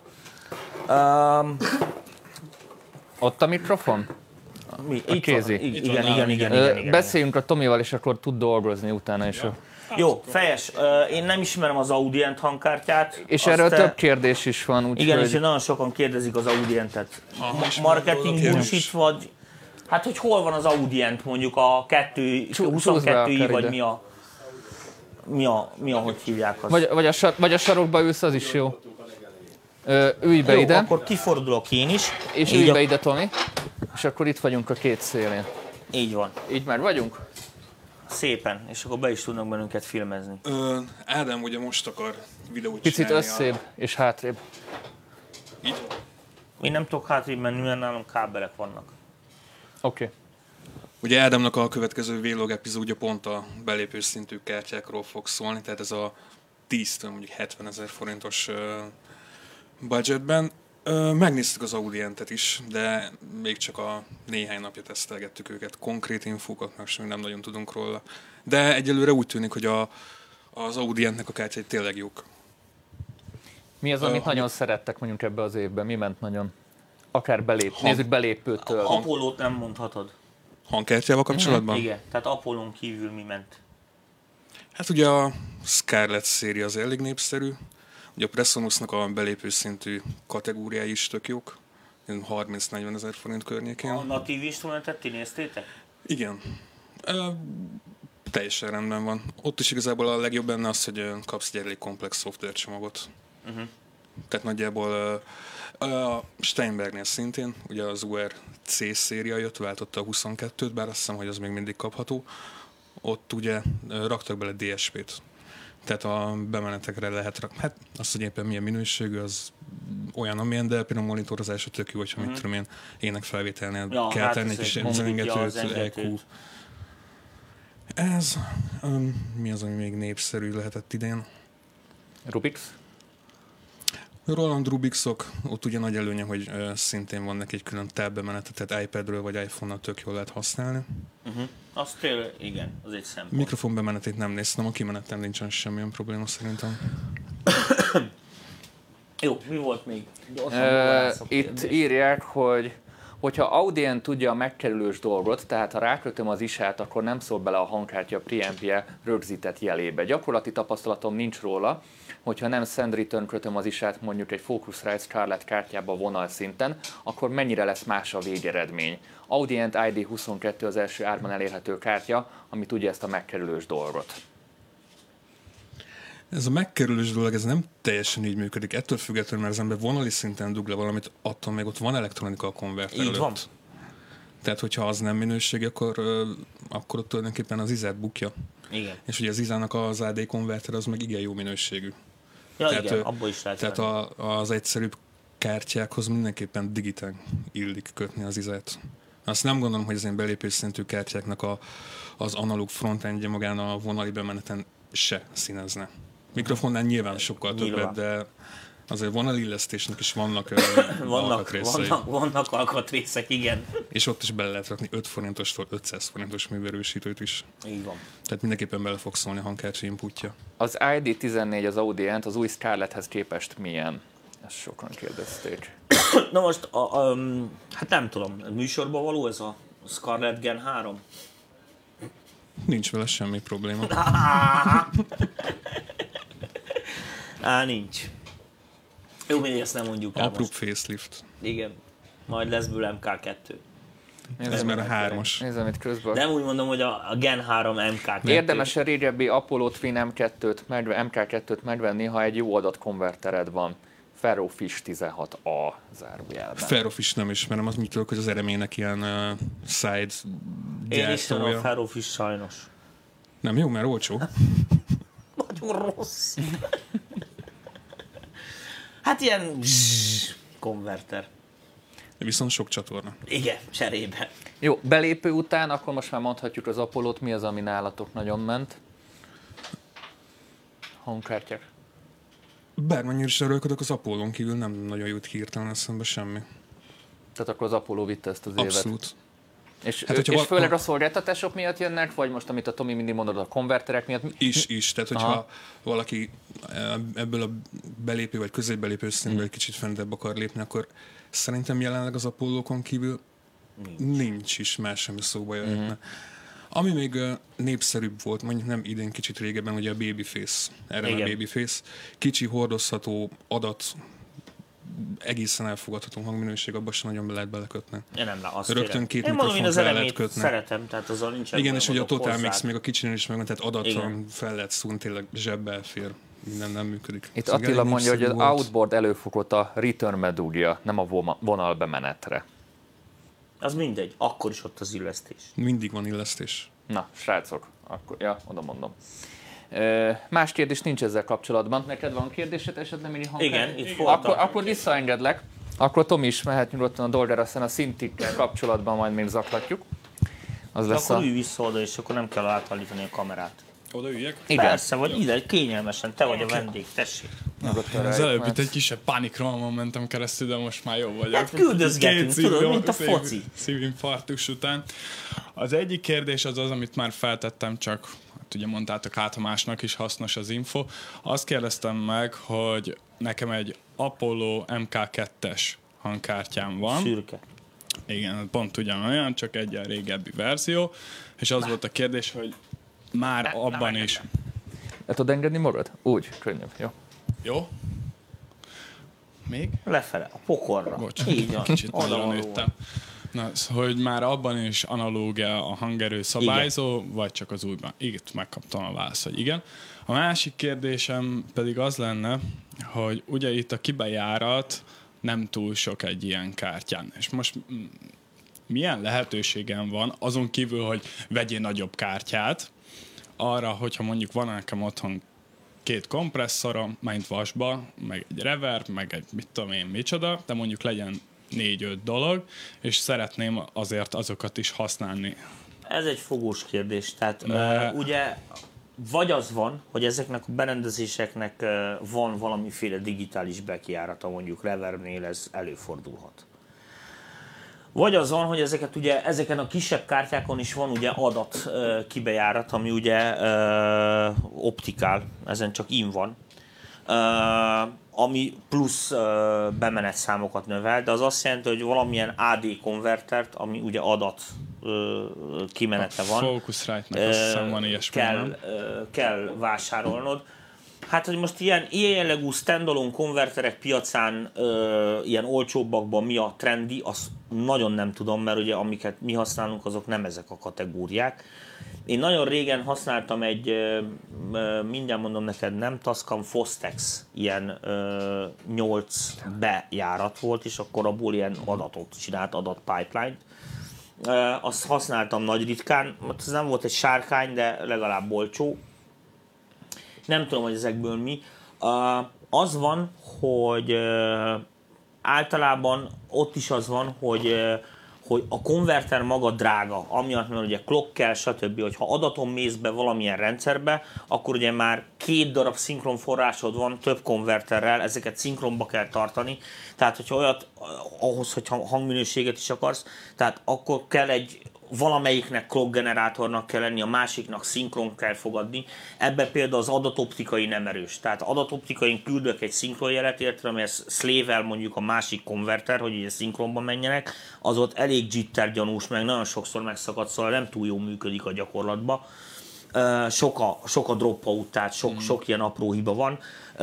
S3: Um,
S2: Ott a mikrofon?
S3: mi?
S2: A kézi.
S3: Igen, igen, igen, igen, igen, igen.
S2: Beszéljünk a Tomival, és akkor tud dolgozni utána is. Ja.
S3: Jó, fejes, én nem ismerem az Audient hangkártyát.
S2: És erről több kérdés is van. Úgy
S3: igen,
S2: hogy...
S3: és nagyon sokan kérdezik az Audientet. Marketing bullshit vagy... Hát, hogy hol van az Audient, mondjuk a kettő, huszonkettő vagy mi a... Mi a, mi a, hogy hívják azt?
S2: Vagy, vagy, a, sar, vagy a sarokba ülsz, az is jó. Ö, ülj be
S3: jó,
S2: ide.
S3: akkor kifordulok én is.
S2: És ülj a... be ide, Tomi. És akkor itt vagyunk a két szélén.
S3: Így van.
S2: Így már vagyunk?
S3: Szépen, és akkor be is tudnak bennünket filmezni.
S4: Ö, Ádám ugye most akar videót
S2: Picit
S4: csinálni.
S2: összébb a... és hátrébb.
S4: Így?
S3: Én nem tudok hátrébb menni, mert nálam kábelek vannak.
S2: Oké. Okay.
S4: Ugye Ádámnak a következő vlog epizódja pont a belépő szintű kártyákról fog szólni, tehát ez a tíztől mondjuk hetvenezer forintos uh, budgetben. Uh, megnéztük az Audientet is, de még csak a néhány napja tesztelgettük őket. Konkrét infókat meg sem nem nagyon tudunk róla. De egyelőre úgy tűnik, hogy a, az Audientnek a kártyái tényleg jók.
S2: Mi az, amit uh, nagyon szerettek mondjuk ebbe az évben? Mi ment nagyon? Akár belép. Hang... Nézzük belépőtől.
S3: Apollót nem mondhatod.
S4: Hangkártyával kapcsolatban?
S3: Igen, tehát Apollón kívül mi ment?
S4: Hát ugye a Scarlett széria az elég népszerű. Ugye a Presonusnak a belépő szintű kategóriái is tök jók. harminc-negyven ezer forint környékén.
S3: A natív instrumentet ti néztétek?
S4: Igen. Uh, teljesen rendben van. Ott is igazából a legjobb benne az, hogy kapsz egy elég komplex szoftvercsomagot. Uh-huh. Tehát nagyjából uh, a Steinbergnél szintén, ugye az u er cé széria jött, váltotta a huszonkettőt, bár azt hiszem, hogy az még mindig kapható. Ott ugye uh, raktak bele dé es pét. Tehát a bemenetekre lehet rakni. Hát azt, hogy éppen milyen minőségű, az olyan, amilyen, de például a monitorozása tök jó, hogyha mm. mit tudom én, énekfelvételnél ja, kell hát tenni egy kis zengetőt, é kú. Ez, um, mi az, ami még népszerű lehetett idén?
S2: Rubix?
S4: Roland Rubixok, ott ugye nagy előnye, hogy uh, szintén van neki egy külön tab bemenete, tehát iPadről vagy iPhone-nal tök jól lehet használni.
S3: Uh-huh. Azt tényleg, igen, az egy szempont.
S4: Mikrofon bemenetét nem néztem, a kimenetem nincsen semmilyen probléma szerintem.
S3: Jó, mi volt még?
S2: Uh, itt írják, hogy hogyha Audient tudja a megkerülős dolgot, tehát ha rákötöm az isát, akkor nem szól bele a hangkártya preampje rögzített jelébe. Gyakorlati tapasztalatom nincs róla, hogyha nem send return kötöm az isát mondjuk egy Focusrite Scarlett kártyába vonal szinten, akkor mennyire lesz más a végeredmény. Audient i dé huszonkettő az első árban elérhető kártya, ami tudja ezt a megkerülős dolgot.
S4: Ez a megkerülős dolog, ez nem teljesen így működik. Ettől függetlenül, mert az ember vonali szinten dug le valamit, attól még ott van elektronika a konverter előtt. Van. Tehát, hogyha az nem minőség, akkor, akkor ott tulajdonképpen az izát bukja.
S3: Igen.
S4: És ugye az izának az á dé konverter az meg igen jó minőségű.
S3: Ja,
S4: tehát,
S3: igen, abból is lehet.
S4: Tehát a, az egyszerűbb kártyákhoz mindenképpen digitán illik kötni az izát. Azt nem gondolom, hogy az ilyen belépés szintű kártyáknak a, az analóg frontendje magán a vonali bemeneten se színezne. Mikrofonnál nyilván sokkal nyilván. többet, de azért vonalillesztésnek is vannak,
S3: vannak
S4: alkatrészei.
S3: Vannak, vannak alkatrészek, igen.
S4: És ott is bele lehet rakni öt forintostól ötszáz forintos műverősítőt is.
S3: Így van.
S4: Tehát mindenképpen bele fog szólni a hangkártya inputja.
S2: Az i dé tizennégy az Audient az új Scarletthez képest milyen? Ezt sokan kérdezték.
S3: Na most, a, um, hát nem tudom, műsorban való ez a Scarlett Gen három?
S4: Nincs vele semmi probléma.
S3: Á, nincs. Jó, mindig ezt nem mondjuk el
S4: Apróbb facelift.
S3: Igen, majd lesz bőle em ká kettő.
S2: Nézem,
S4: ez már a hármas.
S2: Nézem itt közben.
S3: Nem úgy mondom, hogy a, a Gen három em ká kettő.
S2: Érdemes a régebbi Apollo Twin em kettőt, em ká kettőt megvenni, ha egy jó adatkonvertered van. Ferrofish tizenhat A zárójelben.
S4: Ferrofish nem ismerem, az mit tudok, hogy az eremének ilyen uh, side gyártója.
S3: Én ismerem a Ferrofish sajnos.
S4: Nem jó, mert olcsó.
S3: Nagyon rossz. Hát ilyen zzzz, konverter.
S4: Viszont sok csatorna.
S3: Igen, cserébe.
S2: Jó, belépő után, akkor most már mondhatjuk az Apollót, mi az, ami nálatok nagyon ment? hangkártyák?
S4: Bármennyire is örülködök, az Apollon kívül nem nagyon jut hirtelen eszembe semmi.
S2: Tehát akkor az Apollo vitte ezt az évet.
S4: Abszolút.
S2: És,
S4: Hát,
S2: és
S4: val-
S2: főleg a szolgáltatások miatt jönnek, vagy most, amit a Tomi mindig mondod, a konverterek miatt?
S4: Is, is. Tehát, hogyha
S2: Aha.
S4: valaki ebből a belépő vagy középbelépő színből egy kicsit fentebb akar lépni, akkor szerintem jelenleg az Apollókon kívül nincs, nincs is más, ami szóba jöhetne. Mm-hmm. Ami még uh, népszerűbb volt, mondjuk nem idén, kicsit régebben, ugye a Babyface, erre a Babyface. Kicsi, hordozható adat, egészen elfogadható hangminőség, abban sem nagyon lehet belekötni.
S3: Én nem, azt
S4: Rögtön két
S3: én mondom, én az
S4: mikrofont fel lehet
S3: elemét
S4: kötni.
S3: szeretem, tehát azzal nincsen.
S4: Igen, és ugye a Total
S3: hozzá.
S4: Mix még a kicsinél is megvan, tehát adaton
S3: Igen.
S4: fel lehet szúrni, tényleg zsebbe fér, minden nem működik.
S2: Itt
S4: Ez
S2: Attila
S4: igen,
S2: mondja, hogy az
S4: népszerű volt.
S2: outboard előfogott a return medúgja, nem a voma- vonalbemenetre.
S3: Az mindegy, akkor is ott az illesztés.
S4: Mindig van illesztés.
S2: Na, srácok, akkor, ja, oda mondom. Ö, más kérdés nincs ezzel kapcsolatban. Neked van kérdésed esetleg, mini hangkártya?
S3: Igen, itt voltak.
S2: Akkor, akkor visszaengedlek. Akkor Tomi is mehet nyugodtan a Dolder, aztán a szintikkel kapcsolatban majd még zaklatjuk. Az
S3: De
S2: lesz
S3: akkor
S2: a...
S3: ülj vissza oda, és akkor nem kell átállítani a kamerát.
S4: Oda üljek?
S2: Igen.
S3: Persze, vagy ide, kényelmesen, te vagy a vendég, tessék.
S2: Nyugodtan
S5: Az
S2: rájuk,
S5: előbb
S2: mert-
S5: itt egy kisebb pánikrohamon mentem keresztül, de most már jó vagyok.
S3: Hát küldözgetünk,
S5: Két szív-
S3: tudod, mint a
S5: szív-
S3: foci.
S5: Szívinfarktus után. Az egyik kérdés az az, amit már feltettem, csak hát ugye mondtátok át, ha másnak is hasznos az info. Azt kérdeztem meg, hogy nekem egy Apollo em ká kettes hangkártyám van.
S3: Szürke.
S5: Igen, pont ugyanolyan, csak egy a régebbi verzió. És az volt a kérdés, hogy már abban is...
S2: Le tudod engedni magad? Úgy, könnyebb, jó.
S5: Jó? Még?
S3: Lefele, a pokorra.
S5: Bocs,
S3: Így van.
S5: kicsit
S3: Oda
S5: nagyra
S3: való.
S5: nőttem. Na, szóval, hogy már abban is analógia a hangerő szabályzó, igen. Vagy csak az újban? Itt megkaptam a választ, hogy igen. A másik kérdésem pedig az lenne, hogy ugye itt a kibejárat nem túl sok egy ilyen kártyán. És most mm, milyen lehetőségem van, azon kívül, hogy vegyél nagyobb kártyát, arra, hogyha mondjuk van nekem otthon két kompresszorom, mint vasba, meg egy reverb, meg egy mit tudom én micsoda, de mondjuk legyen négy-öt dolog, és szeretném azért azokat is használni.
S3: Ez egy fogós kérdés. Tehát
S5: Ne.
S3: uh, ugye vagy az van, hogy ezeknek a berendezéseknek uh, van valamiféle digitális bekijárata, mondjuk reverbnél ez előfordulhat. Vagy az van, hogy ezeket ugye, ezeken a kisebb kártyákon is van ugye adat uh, kibejárat, ami ugye uh, optikál, ezen csak in van, uh, ami plusz uh, bemenetszámokat növel, de az azt jelenti, hogy valamilyen á dé konvertert, ami ugye adat uh, kimenete van,
S5: Focusrite-nek azt hiszem van ilyesmi,
S3: kell,
S5: nem?
S3: uh, kell vásárolnod. Hát, hogy most ilyen, ilyen jellegű standalone konverterek piacán ö, ilyen olcsóbbakban mi a trendi, azt nagyon nem tudom, mert ugye amiket mi használunk, azok nem ezek a kategóriák. Én nagyon régen használtam egy, ö, ö, mindjárt mondom neked, nem Tascam Fostex, ilyen ö, nyolc bejárat volt, és akkor abból ilyen adatot csinált, adat pipeline-t. Ö, azt használtam nagy ritkán, ez nem volt egy sárkány, de legalább olcsó. Nem tudom, hogy ezekből mi. Uh, az van, hogy uh, általában ott is az van, hogy, uh, hogy a konverter maga drága, amiatt, mert ugye clock kell, stb. Hogyha adaton mész be valamilyen rendszerbe, akkor ugye már két darab szinkron forrásod van több konverterrel, ezeket szinkronba kell tartani. Tehát, hogyha olyat, ahhoz, hogy hangminőséget is akarsz, tehát akkor kell egy valamelyiknek clock generátornak kell lenni, a másiknak szinkron kell fogadni. Ebben például az adatoptikai nem erős. Tehát adatoptikain küldök egy szinkronjelet, értem, ami slave-el mondjuk a másik konverter, hogy ugye szinkronba menjenek, az ott elég jitter gyanús, meg nagyon sokszor megszakad, szóval nem túl jól működik a gyakorlatban. Sok a, sok a dropout, tehát sok, mm. sok ilyen apró hiba van.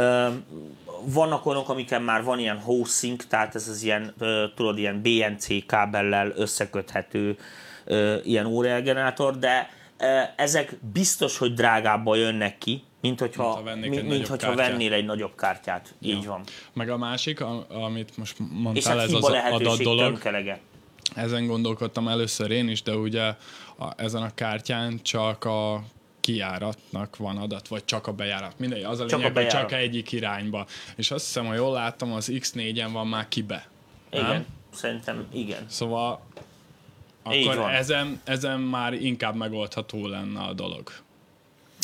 S3: Vannak olyanok, amiken már van ilyen host sync, tehát ez az ilyen, tudod, ilyen bé en cé kábellel összeköthető ilyen óraelgenerátor, de ezek biztos, hogy drágábban jönnek ki, mint hogyha,
S5: mint ha,
S3: mint, mint hogyha vennél egy nagyobb kártyát. Így ja. van.
S5: Meg a másik, amit most mondtál,
S3: és hát
S5: ez
S3: hiba
S5: az
S3: lehetőség
S5: adat dolog.
S3: tömkelege.
S5: Ezen gondolkodtam először én is, de ugye a, ezen a kártyán csak a kijáratnak van adat, vagy csak a bejárat. Mindegy, az a lényeg, hogy csak egyik irányba. És azt hiszem, ha jól láttam, az iksz négyen van már kibe.
S3: Igen,
S5: nem?
S3: szerintem igen.
S5: Szóval akkor ezen, ezen már inkább megoldható lenne a dolog.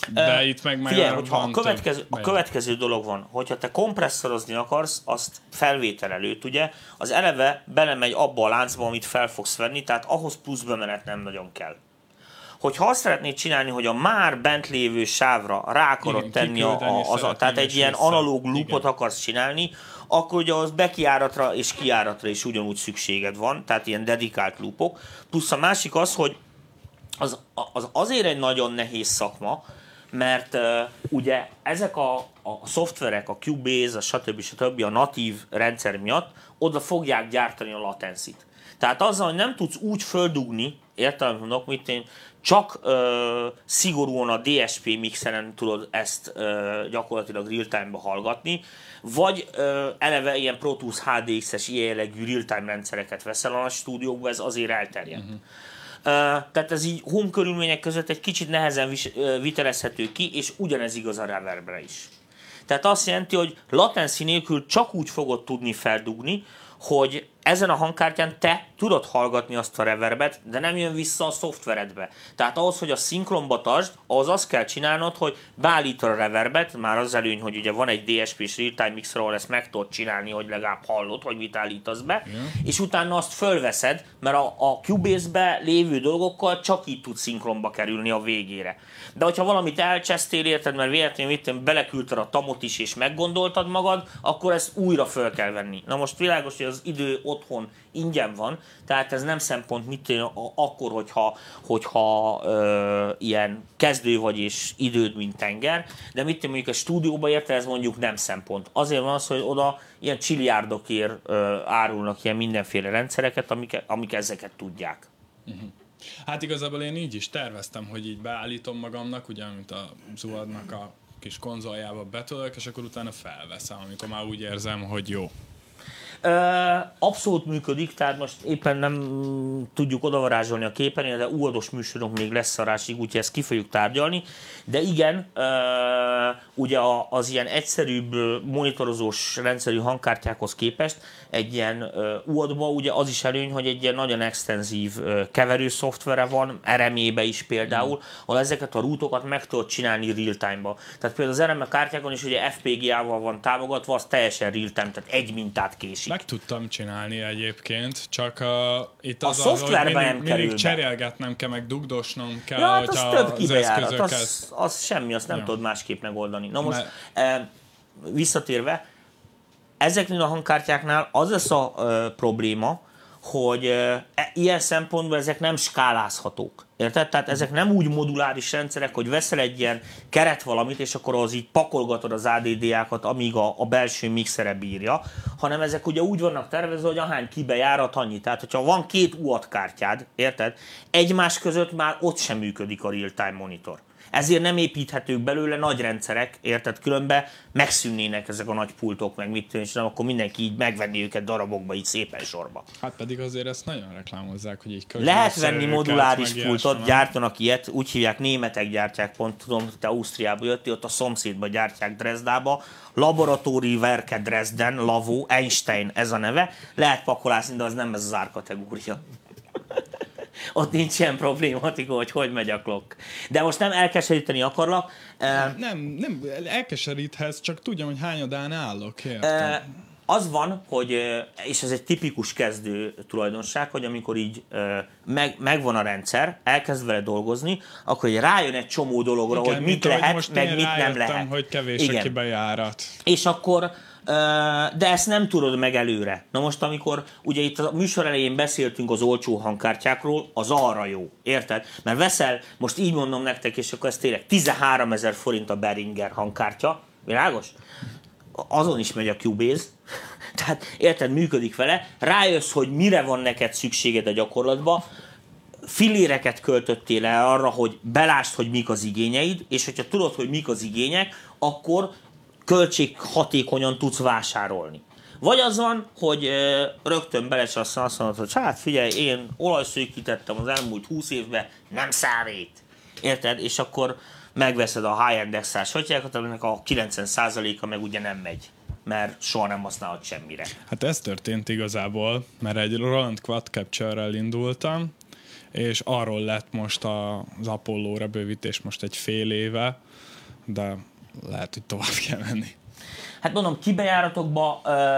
S5: De
S3: Uh,
S5: itt meg már
S3: figyelj, hogyha a
S5: van
S3: következő,
S5: több
S3: a következő dolog van, hogyha te kompresszorozni akarsz, azt felvétel előtt, ugye, az eleve belemegy abba a láncba, amit fel fogsz venni, tehát ahhoz plusz bemenet nem nagyon kell. Hogyha azt szeretnéd csinálni, hogy a már bent lévő sávra rá akarod
S5: Igen,
S3: tenni, a, a, az, a, tehát egy ilyen
S5: vissza.
S3: analóg loopot
S5: Igen.
S3: akarsz csinálni, akkor ugye az bekijáratra és kijáratra is ugyanúgy szükséged van, tehát ilyen dedikált loopok. Plusz a másik az, hogy az, az azért egy nagyon nehéz szakma, mert uh, ugye ezek a, a szoftverek, a Cubase, a stb. stb. A natív rendszer miatt oda fogják gyártani a latencit. Tehát azzal, hogy nem tudsz úgy földugni, értelem mondok, mint én, csak uh, szigorúan a dé es pé mixeren tudod ezt uh, gyakorlatilag real-time-ba hallgatni, vagy uh, eleve ilyen Pro Tools há dé iksz-es ilyen jellegű real-time rendszereket veszel a stúdiókba, ez azért elterjedt. Uh-huh. Uh, tehát ez így home körülmények között egy kicsit nehezen vis, uh, vitelezhető ki, és ugyanez igaz a reverbre is. Tehát azt jelenti, hogy latency nélkül csak úgy fogod tudni feldugni, hogy ezen a hangkártyán te tudod hallgatni azt a reverbet, de nem jön vissza a szoftveredbe. Tehát ahhoz, hogy a szinkronba tartsd, ahhoz azt kell csinálnod, hogy beállítod a reverbet, már az előny, hogy ugye van egy dé es pés real-time mixer, ahol ezt meg tudod csinálni, hogy legalább hallod, hogy mit állítasz be, yeah. És utána azt fölveszed, mert a, a Cubase-be lévő dolgokkal csak így tud szinkronba kerülni a végére. De hogyha valamit elcsesztél, érted, mert véletlenül vittem, beleküldted a tamot is, és meggondoltad magad, akkor ezt újra föl kell venni. Na most világos, hogy az idő otthon ingyen van, tehát ez nem szempont, mit tenni akkor, hogyha, hogyha ö, ilyen kezdő vagy és időd, mint tenger, de mit tenni, mondjuk a stúdióba érte, ez mondjuk nem szempont. Azért van az, hogy oda ilyen csilliárdokért ö, árulnak ilyen mindenféle rendszereket, amik, amik ezeket tudják.
S5: Uh-huh. Hát igazából én így is terveztem, hogy így beállítom magamnak, ugye, mint a Zuadnak a kis konzoljába betölök, és akkor utána felveszem, amikor már úgy érzem, hogy jó.
S3: Abszolút működik, tehát most éppen nem tudjuk odavarázsolni a képen, de újados műsorunk még lesz szarásig, úgyhogy ezt ki fogjuk tárgyalni. De igen, ugye az ilyen egyszerűbb monitorozós rendszerű hangkártyákhoz képest egy ilyen u á dé-ba ugye az is előny, hogy egy ilyen nagyon extenzív keverő szoftvere van, er em é-be is például, ahol ezeket a rútokat meg tudod csinálni real-time-ba. Tehát például az er em é kártyákon is ugye ef pé gé-ával van támogatva, az teljesen real-time, tehát egy mintát késik.
S5: Meg tudtam csinálni egyébként, csak uh, itt
S3: a
S5: az az, hogy mindig,
S3: nem
S5: mindig cserélgetnem kell, meg dugdosnom kell,
S3: ja, hát az több
S5: az
S3: kibejárat,
S5: eszközöket...
S3: az, az semmi, azt nem ja. tudod másképp megoldani. Na most,
S5: Mert...
S3: eh, visszatérve, ezeknél a hangkártyáknál az lesz a eh, probléma, hogy e, ilyen szempontból ezek nem skálázhatók. Érted? Tehát ezek nem úgy moduláris rendszerek, hogy veszel egy ilyen keret valamit, és akkor az így pakolgatod az á dé dé-ákat, amíg a, a belső mixere bírja, hanem ezek ugye úgy vannak tervezve, hogy ahány kibejárat annyi. Tehát, hogyha van két u á dé kártyád, érted? Egymás között már ott sem működik a real-time monitor. Ezért nem építhetők belőle nagy rendszerek, érted? Különben megszűnnének ezek a nagy pultok, meg mit tűnik, és nem, akkor mindenki így megvenni őket darabokba, így szépen sorba.
S5: Hát pedig azért ezt nagyon reklámozzák, hogy így
S3: lehet venni moduláris pultot, gyártanak ilyet, úgy hívják, németek gyártják, pont tudom, te Ausztriába jöttél, ott a szomszédba gyártják Dresdába, Laboratóri Werke Dresden, Lavó, Einstein ez a neve, lehet pakolászni, de az nem ez az árkategória. Ott nincs ilyen problématika, hogy hogy megy a klokk. De most nem elkeseríteni akarlak.
S5: Nem, nem elkeseríthetsz, csak tudjam, hogy hányadán állok, értem.
S3: Az van, hogy, és ez egy tipikus kezdő tulajdonság, hogy amikor így meg, megvan a rendszer, elkezd vele dolgozni, akkor így rájön egy csomó dologra, igen, hogy mit lehet,
S5: most
S3: meg mit nem lehet.
S5: Hogy kevés a kibejárat.
S3: És akkor de ezt nem tudod meg előre. Na most, amikor ugye itt a műsor elején beszéltünk az olcsó hangkártyákról, az arra jó, érted? Mert veszel, most így mondom nektek, és akkor ez tényleg tizenháromezer forint a Behringer hangkártya, világos? Azon is megy a Cubase, tehát érted, működik vele, rájössz, hogy mire van neked szükséged a gyakorlatba, filléreket költöttél el arra, hogy belásd, hogy mik az igényeid, és hogyha tudod, hogy mik az igények, akkor költséghatékonyan tudsz vásárolni. Vagy az van, hogy ö, rögtön belesassz, azt mondod, hogy hát figyelj, én olajszűkítettem az elmúlt húsz évben, nem számít. Érted? És akkor megveszed a high-end extrás hatyákat, aminek a kilencven százaléka meg ugye nem megy, mert soha nem használod semmire.
S5: Hát ez történt igazából, mert egy Roland Quad Capture-rel indultam, és arról lett most az Apollo-ra bővítés most egy fél éve, de lehet, hogy tovább kell menni.
S3: Hát mondom, kibejáratokba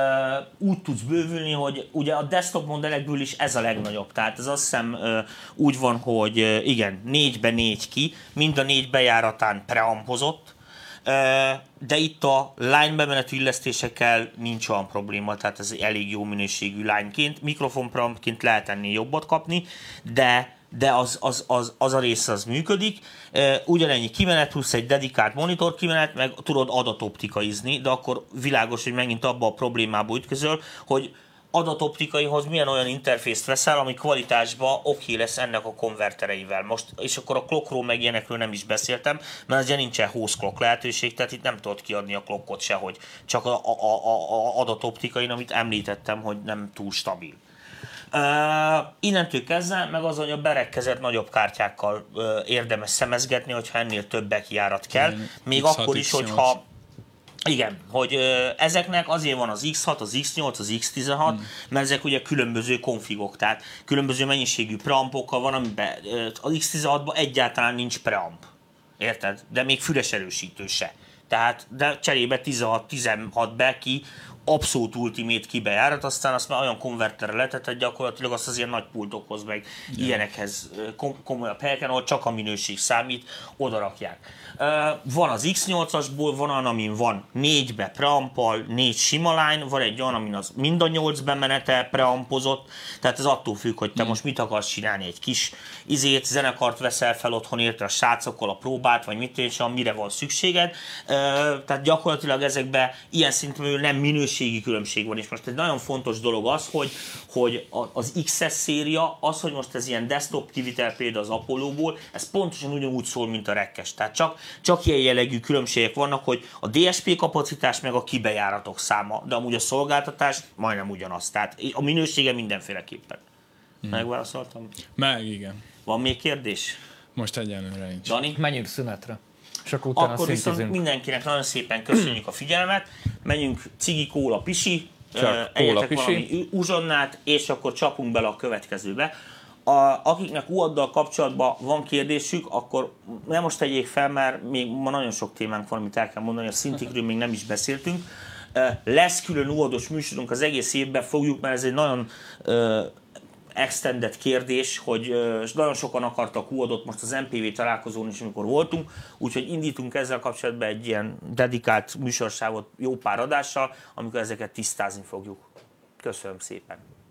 S3: uh, úgy tudsz bővülni, hogy ugye a desktop modellekből is ez a legnagyobb. Tehát ez azt hiszem uh, úgy van, hogy uh, igen, négybe négy ki, mind a négy bejáratán preampozott, uh, de itt a line bemenetű illesztésekkel nincs olyan probléma, tehát ez elég jó minőségű line-ként. Mikrofon preampként lehet ennél jobbat kapni, de de az, az, az, az a rész az működik. Ugyanennyi kimenet, plusz egy dedikált monitor kimenet, meg tudod adatoptikaizni, de akkor világos, hogy megint abba a problémába ütközöl, hogy adatoptikaihoz milyen olyan interfészt veszel, ami kvalitásban oké lesz ennek a konvertereivel. Most, és akkor a clockról meg ilyenekről nem is beszéltem, mert azért nincsen host clock lehetőség, tehát itt nem tudod kiadni a clockot sehogy, csak a, a, a, a adatoptikain, amit említettem, hogy nem túl stabil. Uh, innentől kezdve meg az, hogy a berekkezett nagyobb kártyákkal uh, érdemes szemezgetni, hogyha ennél többek járat kell. Igen, még X hat, akkor is, X nyolc. Hogyha igen, hogy uh, ezeknek azért van az X hat, az X nyolc, az X tizenhat, hmm. mert ezek ugye különböző konfigok, tehát különböző mennyiségű preampokkal van, amiben uh, az X tizenhatban egyáltalán nincs preamp. Érted? De még füles erősítő se. Tehát, de cserébe tizenhat tizenhat be ki, abszolút ultimate kibejárat, aztán azt már olyan konverterre lehetett, hogy gyakorlatilag azt az ilyen nagy pultokhoz, meg yeah. ilyenekhez kom- komolyabb helyeken, ahol csak a minőség számít, oda rakják. Uh, van az X nyolcasból, van olyan, amin van négybe preampal, négy sima line, van egy olyan, amin az mind a nyolc bemenete preampozott, tehát ez attól függ, hogy te mm. most mit akarsz csinálni, egy kis izét, zenekart veszel fel otthon, érte a srácokkal a próbát, vagy mit és mire van szükséged. Uh, tehát gyakorlatilag ezekben ilyen szintű nem minőségi különbség van, és most egy nagyon fontos dolog az, hogy, hogy az iksz es széria, az, hogy most ez ilyen desktop kivitel például az Apollo-ból, ez pontosan ugyanúgy szól, mint a rekkes. Tehát csak Csak ilyen jellegű különbségek vannak, hogy a dé es pé kapacitás meg a kibejáratok száma, de amúgy a szolgáltatás majdnem ugyanaz. Tehát a minősége mindenféleképpen. Hmm. Megválaszoltam?
S5: Meg, igen.
S3: Van még kérdés?
S5: Most egyenlőre nincs.
S3: Dani?
S2: Menjünk szünetre. És akkor utána
S3: akkor viszont szintizünk. Mindenkinek nagyon szépen köszönjük a figyelmet. Menjünk cigi, kóla, pisi, egyetek valami uzsonnát, és akkor csapunk bele a következőbe. A, akiknek u á dé-dal kapcsolatban van kérdésük, akkor nem most tegyék fel, mert még ma nagyon sok témánk van, amit el kell mondani, a szintikről még nem is beszéltünk. Lesz külön u á dé-os műsorunk az egész évben, fogjuk, mert ez egy nagyon uh, extended kérdés, hogy uh, nagyon sokan akartak u á dé-t most az em pé vé találkozón is, amikor voltunk, úgyhogy indítunk ezzel kapcsolatban egy ilyen dedikált műsorsávot jó pár adással, amikor ezeket tisztázni fogjuk. Köszönöm szépen!